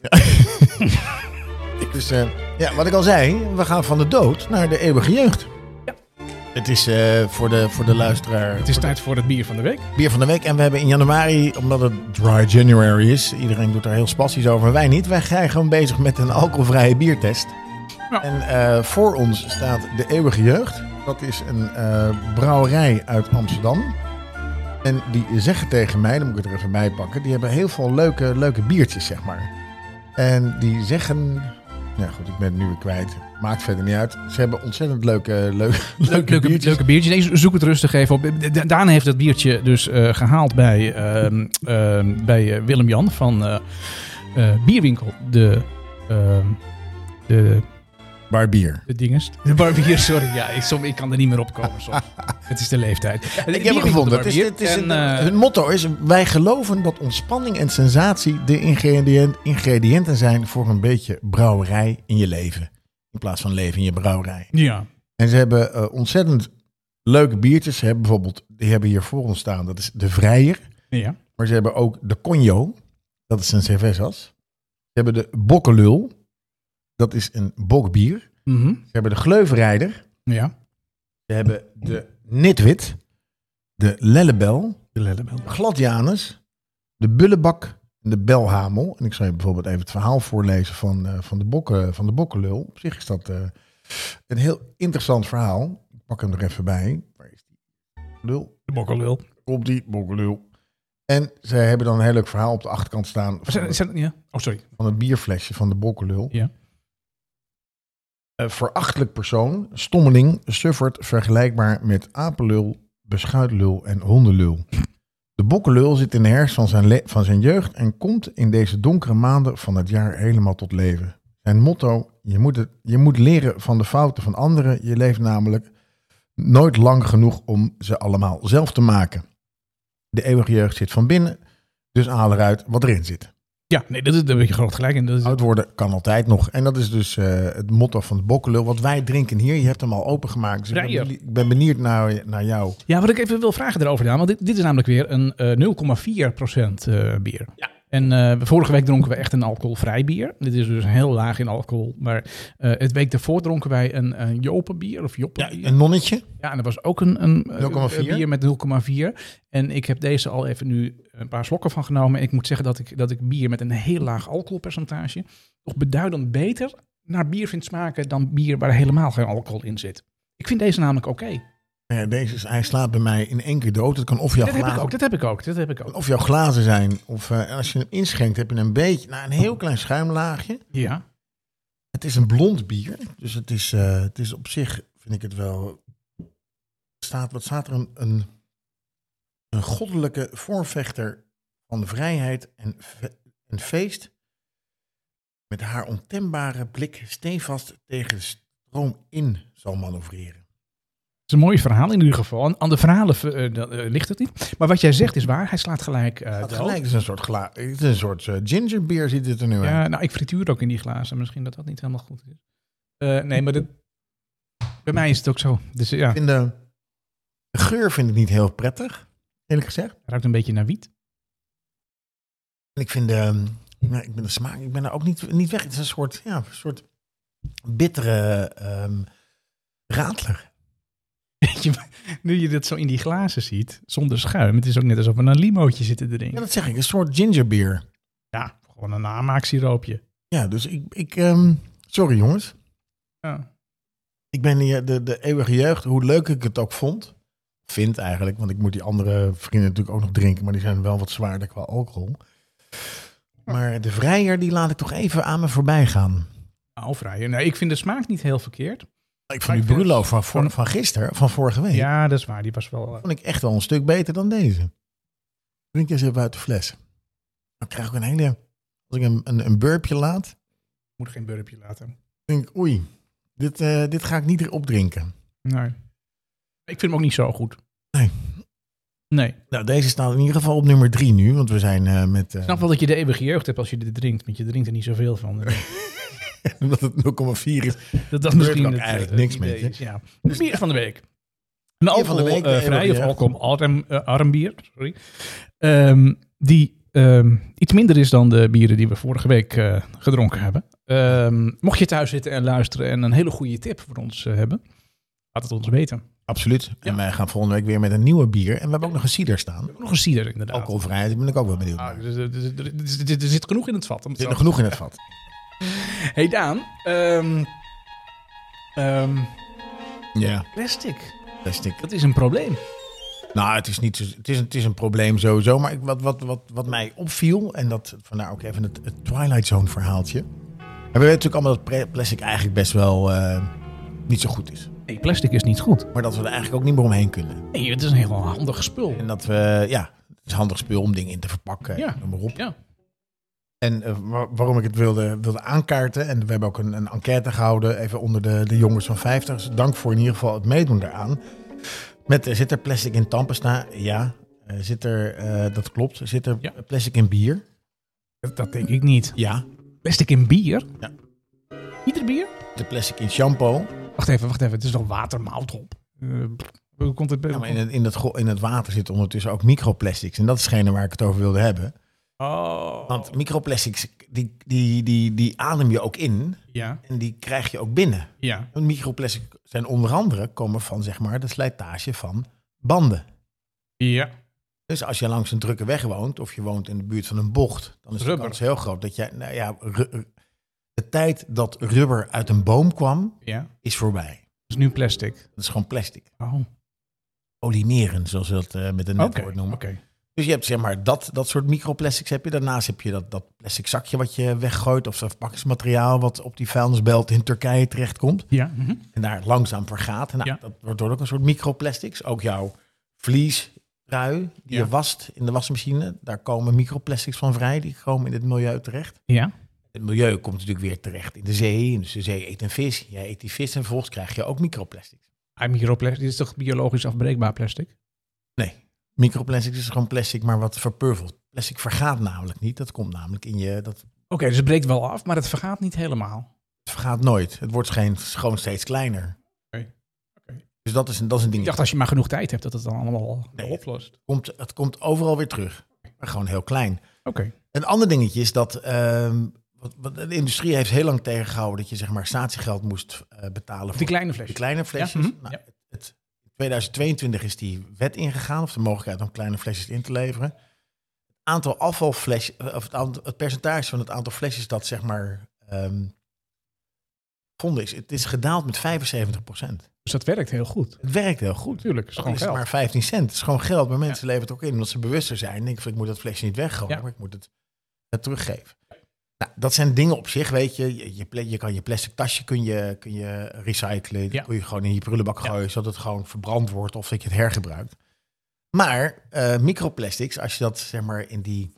Wat ik al zei, we gaan van de dood naar de eeuwige jeugd. Ja. Het is voor de luisteraar... Het is tijd voor het bier van de week. Bier van de week. En we hebben in januari, omdat het Dry January is, iedereen doet er heel spastisch over, maar wij niet. Wij zijn gewoon bezig met een alcoholvrije biertest. Ja. En voor ons staat de eeuwige jeugd. Dat is een brouwerij uit Amsterdam. En die zeggen tegen mij, dan moet ik het er even bij pakken, die hebben heel veel leuke biertjes, zeg maar. En die zeggen... Nou goed, ik ben het nu weer kwijt. Maakt verder niet uit. Ze hebben ontzettend leuke biertjes. Leuke biertjes. Nee, zoek het rustig even op. Daan heeft dat biertje dus gehaald bij Willem-Jan van Bierwinkel. De Barbier. De dinges. De barbier, sorry. Ja, ik kan er niet meer op komen soms. Het is de leeftijd. Ik heb het gevonden. Hun motto is: wij geloven dat ontspanning en sensatie de ingrediënten zijn voor een beetje brouwerij in je leven. In plaats van leven in je brouwerij. Ja. En ze hebben ontzettend leuke biertjes. Ze hebben bijvoorbeeld, die hebben hier voor ons staan, dat is de Vrijer. Ja. Maar ze hebben ook de Conjo. Dat is een cervezas. Ze hebben de Bokkelul. Dat is een bokbier. Mm-hmm. Ze hebben de Gleuvenrijder. Ja. Ze hebben de Nitwit. De Lellebel. De Lellebel. Gladjanus. De Bullebak. En de Belhamel. En ik zal je bijvoorbeeld even het verhaal voorlezen van de Bokkelul. Op zich is dat een heel interessant verhaal. Ik pak hem er even bij. Waar is die? Lul. De Bokkelul. Op die Bokkelul. En ze hebben dan een heel leuk verhaal op de achterkant staan. Van het bierflesje van de Bokkelul. Ja. Verachtelijk persoon, stommeling, suffert, vergelijkbaar met apenlul, beschuitlul en hondenlul. De Bokkelul zit in de herfst van zijn jeugd en komt in deze donkere maanden van het jaar helemaal tot leven. Zijn motto, je moet leren van de fouten van anderen. Je leeft namelijk nooit lang genoeg om ze allemaal zelf te maken. De eeuwige jeugd zit van binnen, dus haal eruit wat erin zit. Ja, nee, daar heb je groot gelijk in. Oud worden kan altijd nog. En dat is dus het motto van de Bokkelul. Wat wij drinken hier, je hebt hem al opengemaakt. Dus ik ben benieuwd naar jou. Ja, wat ik even wil vragen erover, Daan. Want dit is namelijk weer een 0,4% bier. Ja. En vorige week dronken we echt een alcoholvrij bier. Dit is dus heel laag in alcohol. Maar het week daarvoor dronken wij een Jopenbier of Joppenbier. Ja, een nonnetje. Ja, en dat was ook een 0,4 bier met 0,4. En ik heb deze al even nu een paar slokken van genomen. En ik moet zeggen dat ik bier met een heel laag alcoholpercentage toch beduidend beter naar bier vind smaken dan bier waar helemaal geen alcohol in zit. Ik vind deze namelijk oké. Ja, hij slaat bij mij in één keer dood. Het kan of jouw glazen... Dat heb ik ook. Of jouw glazen zijn. Of als je hem inschenkt, heb je een beetje... een heel klein schuimlaagje. Ja. Het is een blond bier. Dus het is op zich, vind ik het wel... Wat staat er? Een goddelijke voorvechter van de vrijheid en feest. Met haar ontembare blik stevast tegen de stroom in zal manoeuvreren. Het is een mooi verhaal in ieder geval. Aan de verhalen ligt het niet. Maar wat jij zegt is waar. Hij slaat gelijk het is een soort gingerbeer ziet het er nu uit. Ja, nou, ik frituur ook in die glazen. Misschien dat niet helemaal goed is. Nee, maar bij mij is het ook zo. Dus, ja. De geur vind ik niet heel prettig, eerlijk gezegd. Het ruikt een beetje naar wiet. En ik vind de smaak, ik ben er ook niet weg. Het is een soort bittere radler. Nu je dat zo in die glazen ziet, zonder schuim. Het is ook net alsof we een limootje zitten erin. Ja, dat zeg ik. Een soort gingerbeer. Ja, gewoon een namaaksiroopje. Ja, dus sorry jongens. Ja. Ik ben hier de eeuwige jeugd, hoe leuk ik het ook vind eigenlijk. Want ik moet die andere vrienden natuurlijk ook nog drinken. Maar die zijn wel wat zwaarder qua alcohol. Maar de Vrijer, die laat ik toch even aan me voorbij gaan. Nou, Vrijer. Nee, ik vind de smaak niet heel verkeerd. Ik vond die Brulo van gisteren, van vorige week. Ja, dat is waar. Die was wel... Vond ik echt wel een stuk beter dan deze. Drink eens even uit de fles. Dan krijg ik een hele... Als ik een burpje laat... Moet geen burpje laten. Denk ik, oei, dit ga ik niet opdrinken. Nee. Ik vind hem ook niet zo goed. Nee. Nou, deze staat in ieder geval op nummer 3 nu, want we zijn met... Ik snap wel dat je de eeuwige jeugd hebt als je dit drinkt, want je drinkt er niet zoveel van. Omdat het 0,4 is. Dat misschien ook eigenlijk niks mee. Ja. De bier van de week. Een alcohol vrij of alcohol arm bier. Sorry. Die iets minder is dan de bieren die we vorige week gedronken hebben. Mocht je thuis zitten en luisteren en een hele goede tip voor ons hebben, laat het ons weten. Absoluut. Ja. En wij gaan volgende week weer met een nieuwe bier. En we hebben ook nog een cider staan. Nog een cider, inderdaad. Alcoholvrij, daar ben ik ook wel benieuwd naar. Er zit genoeg in het vat. Er zit nog genoeg in het vat. Hey Daan. Ja. Plastic. Plastic. Dat is een probleem. Nou, het is een probleem sowieso. Maar wat mij opviel, en dat vandaar ook even het Twilight Zone verhaaltje. En we weten natuurlijk allemaal dat plastic eigenlijk best wel niet zo goed is. Nee, plastic is niet goed. Maar dat we er eigenlijk ook niet meer omheen kunnen. Nee, het is een heel handig spul. En dat we, het is een handig spul om dingen in te verpakken. Ja. Noem maar op. Ja. En waarom ik het wilde aankaarten, en we hebben ook een enquête gehouden, even onder de jongens van 50. Dus dank voor in ieder geval het meedoen daaraan. Zit er plastic in tandpasta? Ja. Dat klopt. Zit er plastic in bier? Dat denk ik niet. Ja. Plastic in bier? Ja. Ieder bier? De plastic in shampoo? Wacht even. Het is nog watermout op. Hoe komt het bij? Ja, maar in het water zitten ondertussen ook microplastics. En dat is hetgene waar ik het over wilde hebben. Oh. Want microplastics, die adem je ook in. Ja. En die krijg je ook binnen. Ja. Want microplastics zijn onder andere komen van, zeg maar, de slijtage van banden. Ja. Dus als je langs een drukke weg woont, of je woont in de buurt van een bocht, dan is de kans heel groot dat jij, de tijd dat rubber uit een boom kwam, is voorbij. Dat is nu plastic. Dat is gewoon plastic. Oh. Polymeren, zoals we dat met een netwoord noemen. Okay. Dus je hebt, zeg maar, dat soort microplastics heb je. Daarnaast heb je dat plastic zakje wat je weggooit, of dat verpakkingsmateriaal wat op die vuilnisbelt in Turkije terechtkomt. Ja. En daar langzaam vergaat. En dat wordt ook een soort microplastics. Ook jouw vliestrui die je wast in de wasmachine, daar komen microplastics van vrij. Die komen in het milieu terecht. Ja. Het milieu komt natuurlijk weer terecht in de zee. Dus de zee eet een vis. Jij eet die vis en vervolgens krijg je ook microplastics. Microplastic is toch biologisch afbreekbaar plastic? Nee. Microplastic is gewoon plastic, maar wat verpurvelt. Plastic vergaat namelijk niet. Dat komt namelijk in je... Oké, dus het breekt wel af, maar het vergaat niet helemaal. Het vergaat nooit. Het wordt gewoon steeds kleiner. Oké. Dus dat is een ding. Ik dacht als je maar genoeg tijd hebt, dat het dan allemaal oplost. Het komt overal weer terug. Maar gewoon heel klein. Oké. Een ander dingetje is dat... de industrie heeft heel lang tegengehouden dat je, zeg maar, statiegeld moest betalen voor die kleine flesjes. Die kleine flesjes. Ja, nou, in 2022 is die wet ingegaan, of de mogelijkheid om kleine flesjes in te leveren. Het aantal afvalflesjes, of het percentage van het aantal flesjes dat, zeg maar, vonden is, het is gedaald met 75%. Dus dat werkt heel goed. Het werkt heel goed. Tuurlijk, het is gewoon geld. Maar 15 cent. Het is gewoon geld, maar mensen leveren het ook in omdat ze bewuster zijn. Ik moet dat flesje niet weggooien, maar ik moet het teruggeven. Nou, dat zijn dingen op zich, weet je. Je kan je plastic tasje kun je recyclen. Dat kun je gewoon in je prullenbak gooien, zodat het gewoon verbrand wordt of dat je het hergebruikt. Maar microplastics, als je dat, zeg maar, in die...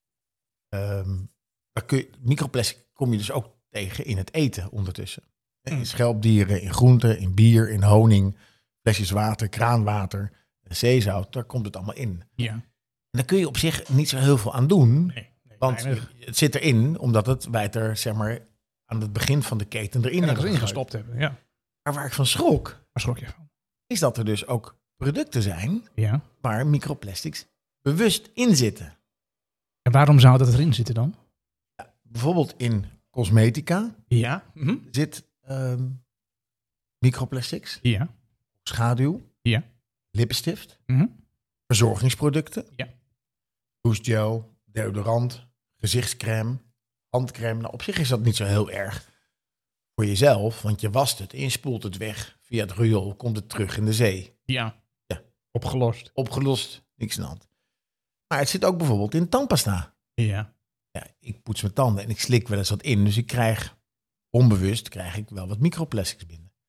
microplastic kom je dus ook tegen in het eten ondertussen. In schelpdieren, in groenten, in bier, in honing, flesjes water, kraanwater, zeezout. Daar komt het allemaal in. Ja. En daar kun je op zich niet zo heel veel aan doen. Nee. Want het zit erin, omdat wij het er, zeg maar, aan het begin van de keten erin gestopt hebben. Ja. Maar waar ik van schrok, Waar schrok je van? is dat er dus ook producten zijn waar microplastics bewust in zitten. En waarom zou dat erin zitten dan? Ja, bijvoorbeeld in cosmetica zit microplastics, schaduw, lippenstift, verzorgingsproducten, douchegel, deodorant, gezichtscrème, handcrème. Nou, op zich is dat niet zo heel erg voor jezelf, want je wast het en je spoelt het weg. Via het riool komt het terug in de zee. Ja. Opgelost. Niks aan de hand. Maar het zit ook bijvoorbeeld in tandpasta. Ja. Ik poets mijn tanden en ik slik wel eens wat in, dus onbewust krijg ik wel wat microplastics binnen.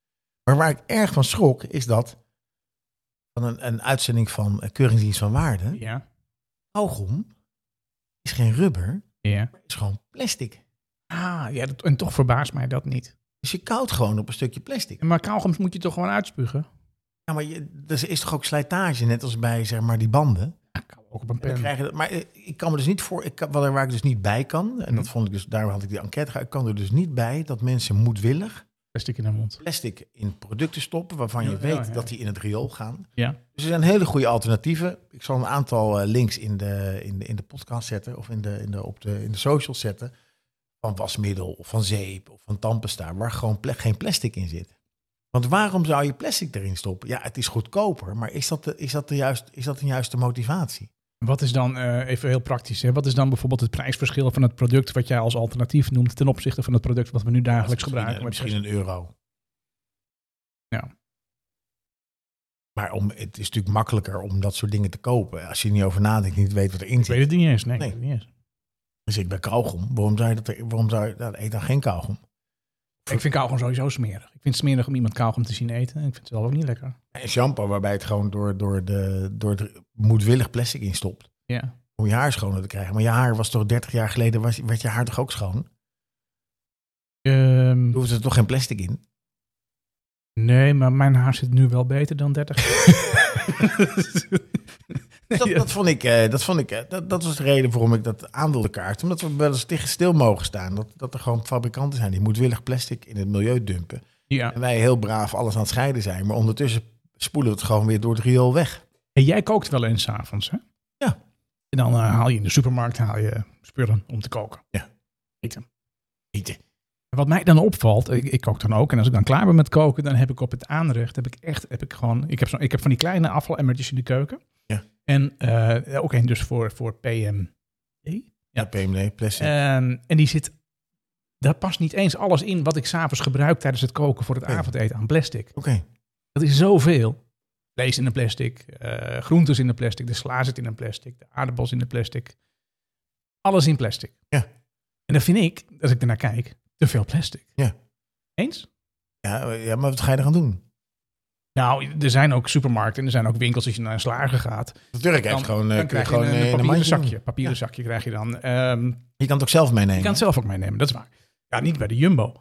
Maar waar ik erg van schrok, is dat van een uitzending van Keuringsdienst van Waarde. Ja. Kauwgom is geen rubber, Ja. het is gewoon plastic. Ah, ja, en toch verbaast mij dat niet. Dus je koudt gewoon op een stukje plastic. Maar kauwgoms moet je toch gewoon uitspugen? Ja, maar er is toch ook slijtage, net als bij zeg maar die banden. Ja, ook op een En dan pen. krijg je dat, maar ik kan me dus niet voor, waar ik dus niet bij kan, en dat vond ik dus, daar had ik die enquête gedaan, ik kan er dus niet bij dat mensen moedwillig Plastic in de mond. plastic in producten stoppen waarvan je Ja, weet ja. dat die in het riool gaan. Ja. Dus er zijn hele goede alternatieven. Ik zal een aantal links in de podcast zetten of in de socials zetten van wasmiddel of van zeep of van tandpasta waar gewoon geen plastic in zit. Want waarom zou je plastic erin stoppen? Ja, het is goedkoper, maar is dat een juiste motivatie? Wat is dan, even heel praktisch, hè? Wat is dan bijvoorbeeld het prijsverschil van het product wat jij als alternatief noemt ten opzichte van het product wat we nu dagelijks gebruiken? Misschien €1. Ja. Maar het is natuurlijk makkelijker om dat soort dingen te kopen. Als je er niet over nadenkt, niet weet wat erin Ik zit. weet het niet eens. Nee, Nee. ik weet het niet eens. Dus ik ben kauwgom. Waarom zou je dat eet dan geen kauwgom? Ik vind kauwgom sowieso smerig. Ik vind het smerig om iemand kauwgom te zien eten. Ik vind het zelf ook niet lekker. En shampoo waarbij het gewoon door het moedwillig plastic in stopt. Ja. Om je haar schoner te krijgen. Maar je haar was toch 30 jaar geleden, werd je haar toch ook schoon? Er hoefde er toch geen plastic in? Nee, maar mijn haar zit nu wel beter dan 30 Dat was de reden waarom ik dat aan wilde kaarten. Omdat we wel eens tegen stil mogen staan. Dat er gewoon fabrikanten zijn die moedwillig plastic in het milieu dumpen. Ja. En wij heel braaf alles aan het scheiden zijn. Maar ondertussen spoelen we het gewoon weer door het riool weg. En jij kookt wel eens 's avonds, hè? Ja. En dan haal je in de supermarkt spullen om te koken. Ja. Eten. Eten. Wat mij dan opvalt, ik kook dan ook. En als ik dan klaar ben met koken, dan heb ik op het aanrecht, ik heb van die kleine afvalemmertjes in de keuken. Ja. En ook een dus voor PM. Ja, PMD, plastic. En die zit, daar past niet eens alles in wat ik 's avonds gebruik tijdens het koken voor het avondeten aan plastic. Oké. Dat is zoveel. Vlees in een plastic, groentes in een plastic, de sla zit in een plastic, de aardappels in een plastic. Alles in plastic. Ja. En dan vind ik, als ik ernaar kijk, te veel plastic. Ja. Eens? Ja, maar wat ga je eraan doen? Nou, er zijn ook supermarkten en er zijn ook winkels als je naar een slager gaat. Natuurlijk heeft gewoon, dan krijg je een papieren zakje krijg je dan. Je kan het ook zelf meenemen. Je kan het zelf ook meenemen, dat is waar. Ja, niet bij de Jumbo.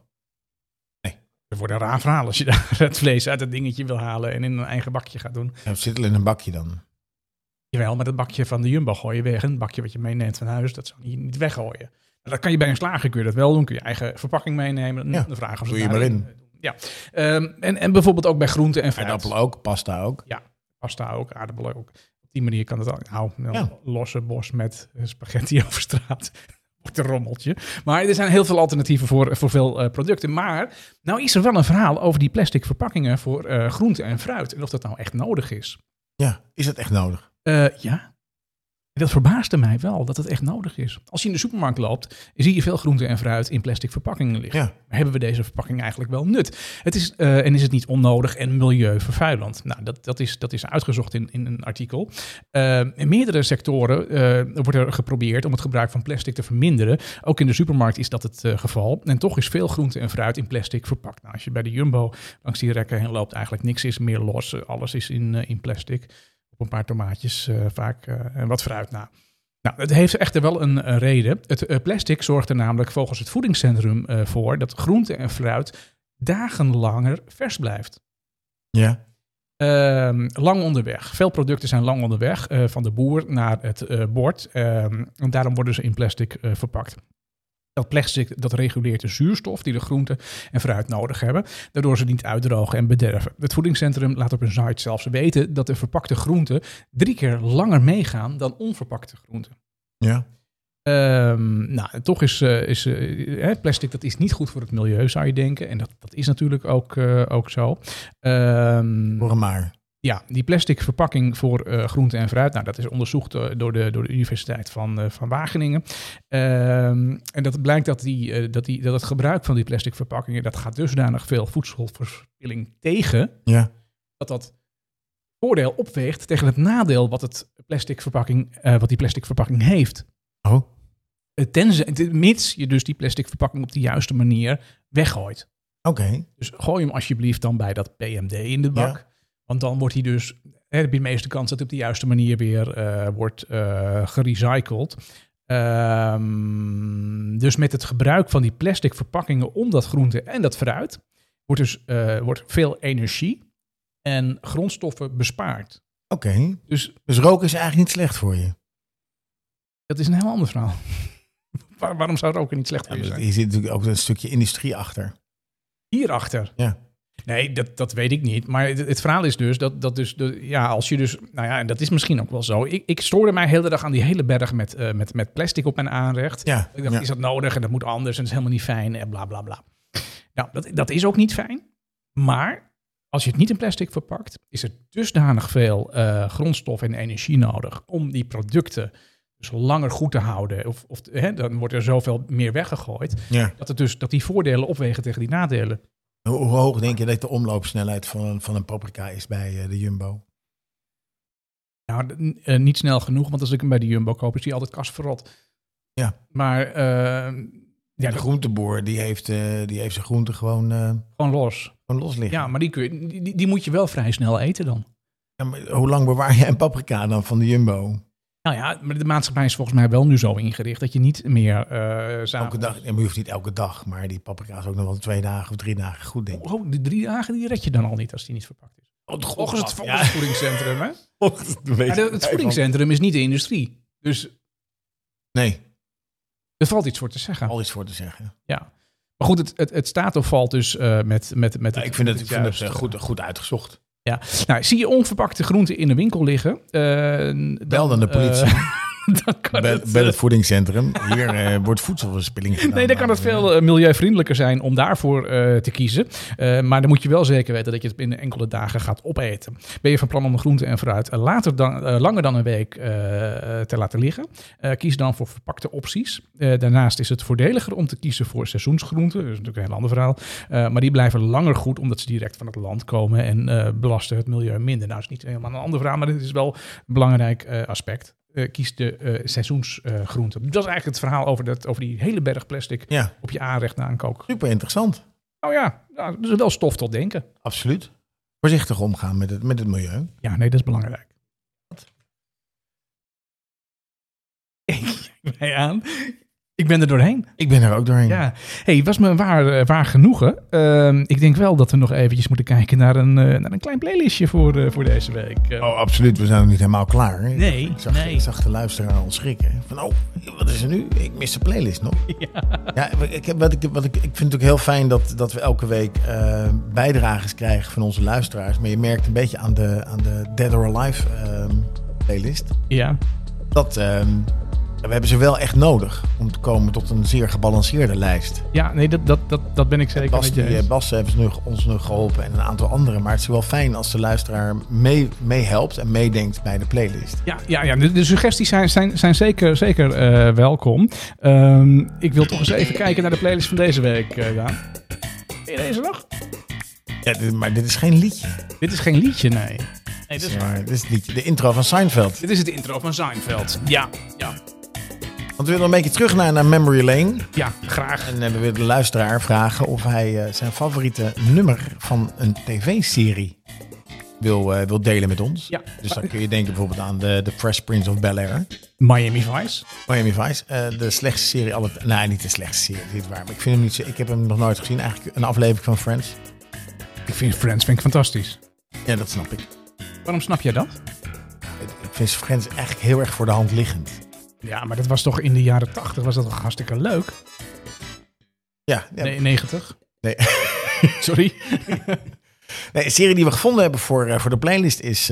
Nee. Er wordt een raar verhaal als je daar het vlees uit het dingetje wil halen en in een eigen bakje gaat doen. Ja, het zit al in een bakje dan. Jawel, maar dat bakje van de Jumbo gooi je weg. Een bakje wat je meeneemt van huis, dat zou je niet weggooien. Dat kan je bij een slager, kun je dat wel doen. Kun je eigen verpakking meenemen. Ja, de vraag of doe je maar in. Ja. En bijvoorbeeld ook bij groenten en fruit. Aardappel ook, pasta ook. Ja, pasta ook, aardappelen ook. Op die manier kan het ook. Losse bos met spaghetti over straat. Wordt een rommeltje. Maar er zijn heel veel alternatieven voor veel producten. Maar nou is er wel een verhaal over die plastic verpakkingen voor groenten en fruit. En of dat nou echt nodig is. Ja, is dat echt nodig? Ja. Dat verbaasde mij wel, dat het echt nodig is. Als je in de supermarkt loopt, zie je veel groente en fruit in plastic verpakkingen liggen. Ja. Maar hebben we deze verpakking eigenlijk wel nut? Het is, en is het niet onnodig en milieuvervuilend? Nou, dat is uitgezocht in een artikel. In meerdere sectoren wordt er geprobeerd om het gebruik van plastic te verminderen. Ook in de supermarkt is dat het geval. En toch is veel groente en fruit in plastic verpakt. Nou, als je bij de Jumbo langs die rekken heen loopt, eigenlijk niks is meer los. Alles is in plastic. Op een paar tomaatjes vaak en wat fruit na. Nou, het heeft echter wel een reden. Het plastic zorgt er namelijk volgens het voedingscentrum voor dat groente en fruit dagen langer vers blijft. Ja. Lang onderweg. Veel producten zijn lang onderweg van de boer naar het bord. En daarom worden ze in plastic verpakt. Dat plastic dat reguleert de zuurstof die de groenten en fruit nodig hebben, daardoor ze niet uitdrogen en bederven. Het voedingscentrum laat op hun site zelfs weten dat de verpakte groenten 3 keer langer meegaan dan onverpakte groenten. Ja. Nou, toch is plastic dat is niet goed voor het milieu, zou je denken. En dat is natuurlijk ook zo. Voor een maar. Ja, die plastic verpakking voor groente en fruit, nou, dat is onderzocht door de Universiteit van Wageningen. En dat blijkt dat het gebruik van die plastic verpakkingen, dat gaat dusdanig veel voedselverspilling tegen, dat voordeel opweegt tegen het nadeel wat die plastic verpakking heeft. Oh. Mits je dus die plastic verpakking op de juiste manier weggooit. Oké. Dus gooi hem alsjeblieft dan bij dat PMD in de bak. Ja. Want dan wordt hij dus... heb je de meeste kans dat hij op de juiste manier weer wordt gerecycled. Dus met het gebruik van die plastic verpakkingen om dat groente en dat fruit... wordt veel energie en grondstoffen bespaard. Oké. Dus roken is eigenlijk niet slecht voor je? Dat is een heel ander verhaal. Waarom zou roken niet slecht voor je zijn? Hier zit natuurlijk ook een stukje industrie achter. Hierachter? Ja. Nee, dat weet ik niet. Maar het verhaal is dus dat dus... als je dus... Nou ja, en dat is misschien ook wel zo. Ik stoorde mij de hele dag aan die hele berg met plastic op mijn aanrecht. Ja. Ik dacht, is dat nodig en dat moet anders en dat is helemaal niet fijn en bla bla bla. Nou, dat is ook niet fijn. Maar als je het niet in plastic verpakt, is er dusdanig veel grondstof en energie nodig om die producten dus langer goed te houden. Dan wordt er zoveel meer weggegooid. Ja. Dat die voordelen opwegen tegen die nadelen. Hoe hoog denk je dat de omloopsnelheid van een paprika is bij de Jumbo? Nou, niet snel genoeg, want als ik hem bij de Jumbo koop, is die altijd kastverrot. Ja. Maar... de groenteboer, die heeft zijn groente gewoon los. Gewoon los liggen. Ja, maar die moet je wel vrij snel eten dan. Ja, maar hoe lang bewaar je een paprika dan van de Jumbo? Nou ja, maar de maatschappij is volgens mij wel nu zo ingericht dat je niet meer elke dag, je hoeft niet elke dag, maar die paprika is ook nog wel 2 dagen of 3 dagen goed, denk ik. Oh, die 3 dagen die red je dan al niet als die niet verpakt is. Volgens het voedingscentrum, hè? Het voedingscentrum is niet de industrie. Dus... Nee. Er valt iets voor te zeggen. Al iets voor te zeggen. Ja. Maar goed, het staat of valt dus met ik vind het goed uitgezocht. Ja. Nou, zie je onverpakte groenten in de winkel liggen? Bel dan de politie. Bel het voedingscentrum. Hier wordt voedselverspilling gedaan. Nee, dan kan het veel milieuvriendelijker zijn om daarvoor te kiezen. Maar dan moet je wel zeker weten dat je het binnen enkele dagen gaat opeten. Ben je van plan om de groente en fruit langer dan een week te laten liggen? Kies dan voor verpakte opties. Daarnaast is het voordeliger om te kiezen voor seizoensgroenten. Dat is natuurlijk een heel ander verhaal. Maar die blijven langer goed omdat ze direct van het land komen en belasten het milieu minder. Nou, dat is niet helemaal een ander verhaal, maar dit is wel een belangrijk aspect. Kies de seizoensgroenten. Dat is eigenlijk het verhaal over die hele berg plastic op je aanrecht na een kook. Super interessant. Nou ja, dus wel stof tot denken. Absoluut. Voorzichtig omgaan met het milieu. Ja, nee, dat is belangrijk. Kijk mij aan. Ik ben er doorheen. Ik ben er ook doorheen. Ja. Hey, was me waar genoegen. Ik denk wel dat we nog eventjes moeten kijken naar een klein playlistje voor deze week. Oh, absoluut. We zijn nog niet helemaal klaar. Nee. Ik zag de luisteraar al schrikken. Van, wat is er nu? Ik mis de playlist nog. Ja, ik vind het ook heel fijn dat we elke week bijdrages krijgen van onze luisteraars. Maar je merkt een beetje aan de Dead or Alive playlist. Ja. Dat... we hebben ze wel echt nodig om te komen tot een zeer gebalanceerde lijst. Ja, nee, dat ben ik zeker met je eens. Bas heeft ons nu geholpen en een aantal anderen. Maar het is wel fijn als de luisteraar meehelpt en meedenkt bij de playlist. Ja, de suggesties zijn zeker welkom. Ik wil toch eens even kijken naar de playlist van deze week, Daan. Ben je deze nog? Ja, maar dit is geen liedje. Dit is geen liedje, nee. Nee, dat is waar. Dit is het liedje, de intro van Seinfeld. Dit is het intro van Seinfeld. Ja. Want we willen een beetje terug naar Memory Lane. Ja, graag. En we willen de luisteraar vragen of hij zijn favoriete nummer van een tv-serie wil delen met ons. Ja. Dus dan kun je denken bijvoorbeeld aan de Fresh Prince of Bel-Air. Miami Vice. De slechtste serie. Nee, niet de slechtste serie, niet waar. Maar ik vind hem niet zo. Ik heb hem nog nooit gezien. Eigenlijk een aflevering van Friends. Ik vind Friends fantastisch. Ja, dat snap ik. Waarom snap jij dat? Ik vind Friends eigenlijk heel erg voor de hand liggend. Ja, maar dat was toch in de jaren 80 was dat toch hartstikke leuk? Ja. Nee, 90? Nee. Sorry. Nee, een serie die we gevonden hebben voor de playlist is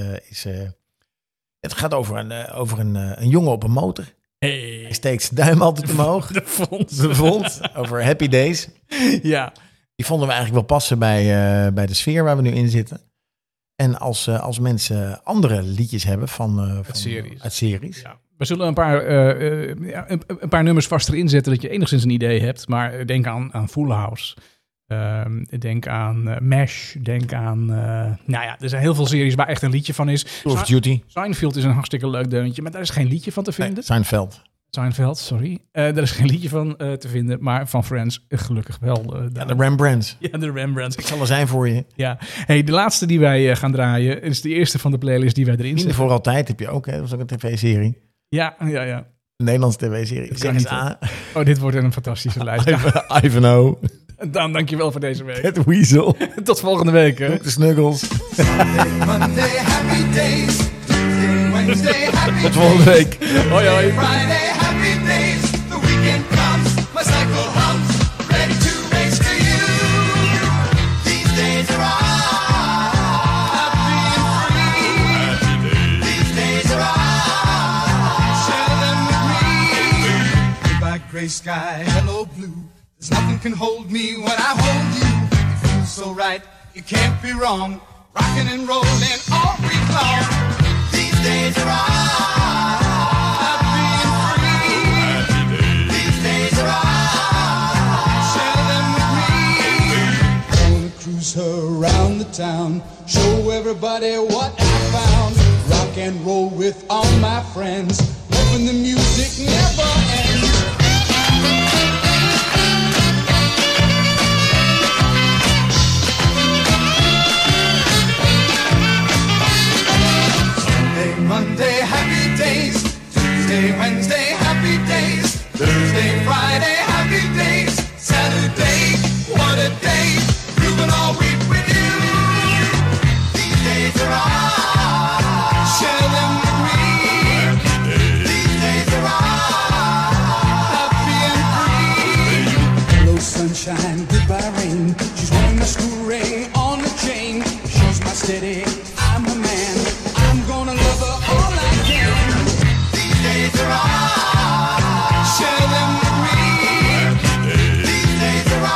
het gaat over een jongen op een motor. Hey. Hij steekt zijn duim altijd omhoog. De vond. Over Happy Days. Ja. Die vonden we eigenlijk wel passen bij de sfeer waar we nu in zitten. En als mensen andere liedjes hebben uit series. Ja. We zullen een paar nummers vast erin zetten dat je enigszins een idee hebt. Maar denk aan Full House. Denk aan MASH. Denk aan... er zijn heel veel series waar echt een liedje van is. Call of Duty. Seinfeld is een hartstikke leuk deuntje, maar daar is geen liedje van te vinden. Nee, Seinfeld, sorry. Er is geen liedje van te vinden, maar van Friends gelukkig wel. De Rembrandts. Ja, de Rembrandts. Ik zal er zijn voor je. Ja. Hey, de laatste die wij gaan draaien is de eerste van de playlist die wij erin Vrienden zetten. voor altijd heb je ook, hè? Dat was ook een tv-serie. Ja. Een Nederlandse tv-serie. Dat Zeg kan eens niet, aan. Oh, dit wordt een fantastische lijst. Ivanhoe. Daan, dankjewel voor deze week. Het Weasel. Tot volgende week. Hè. De Snuggles. Monday, happy days. Tuesday, Wednesday, happy Tot volgende week. Hoi, hoi. Friday, happy days. The weekend comes, my cycle hums, ready to race to you. These days are happy and free. These days are share them with me. Goodbye, gray sky, hello blue. There's nothing can hold me when I hold you. It feels so right, you can't be wrong. Rocking and rolling all week long. These days are happy and free. These days are share them with me. I wanna cruise around the town, show everybody what I found. Rock and roll with all my friends, hoping the music never ends. Monday, happy days. Tuesday, Wednesday, happy days. Thursday, Friday, happy days. Saturday, what a day. Grooving all week with you. These days are share them with me. These days are happy and free. Hello, sunshine, goodbye, rain. She's wearing my school ring on the chain. She's my steady, I'm a man. I'm gonna love her all I can. These days are share them with me. These days are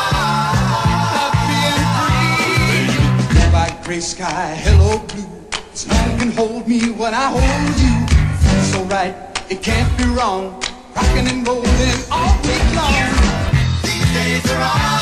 happy and free. Goodbye, gray sky, hello blue. Nothing can hold me when I hold you. Feels so right, it can't be wrong. Rocking and rolling all week long. These days are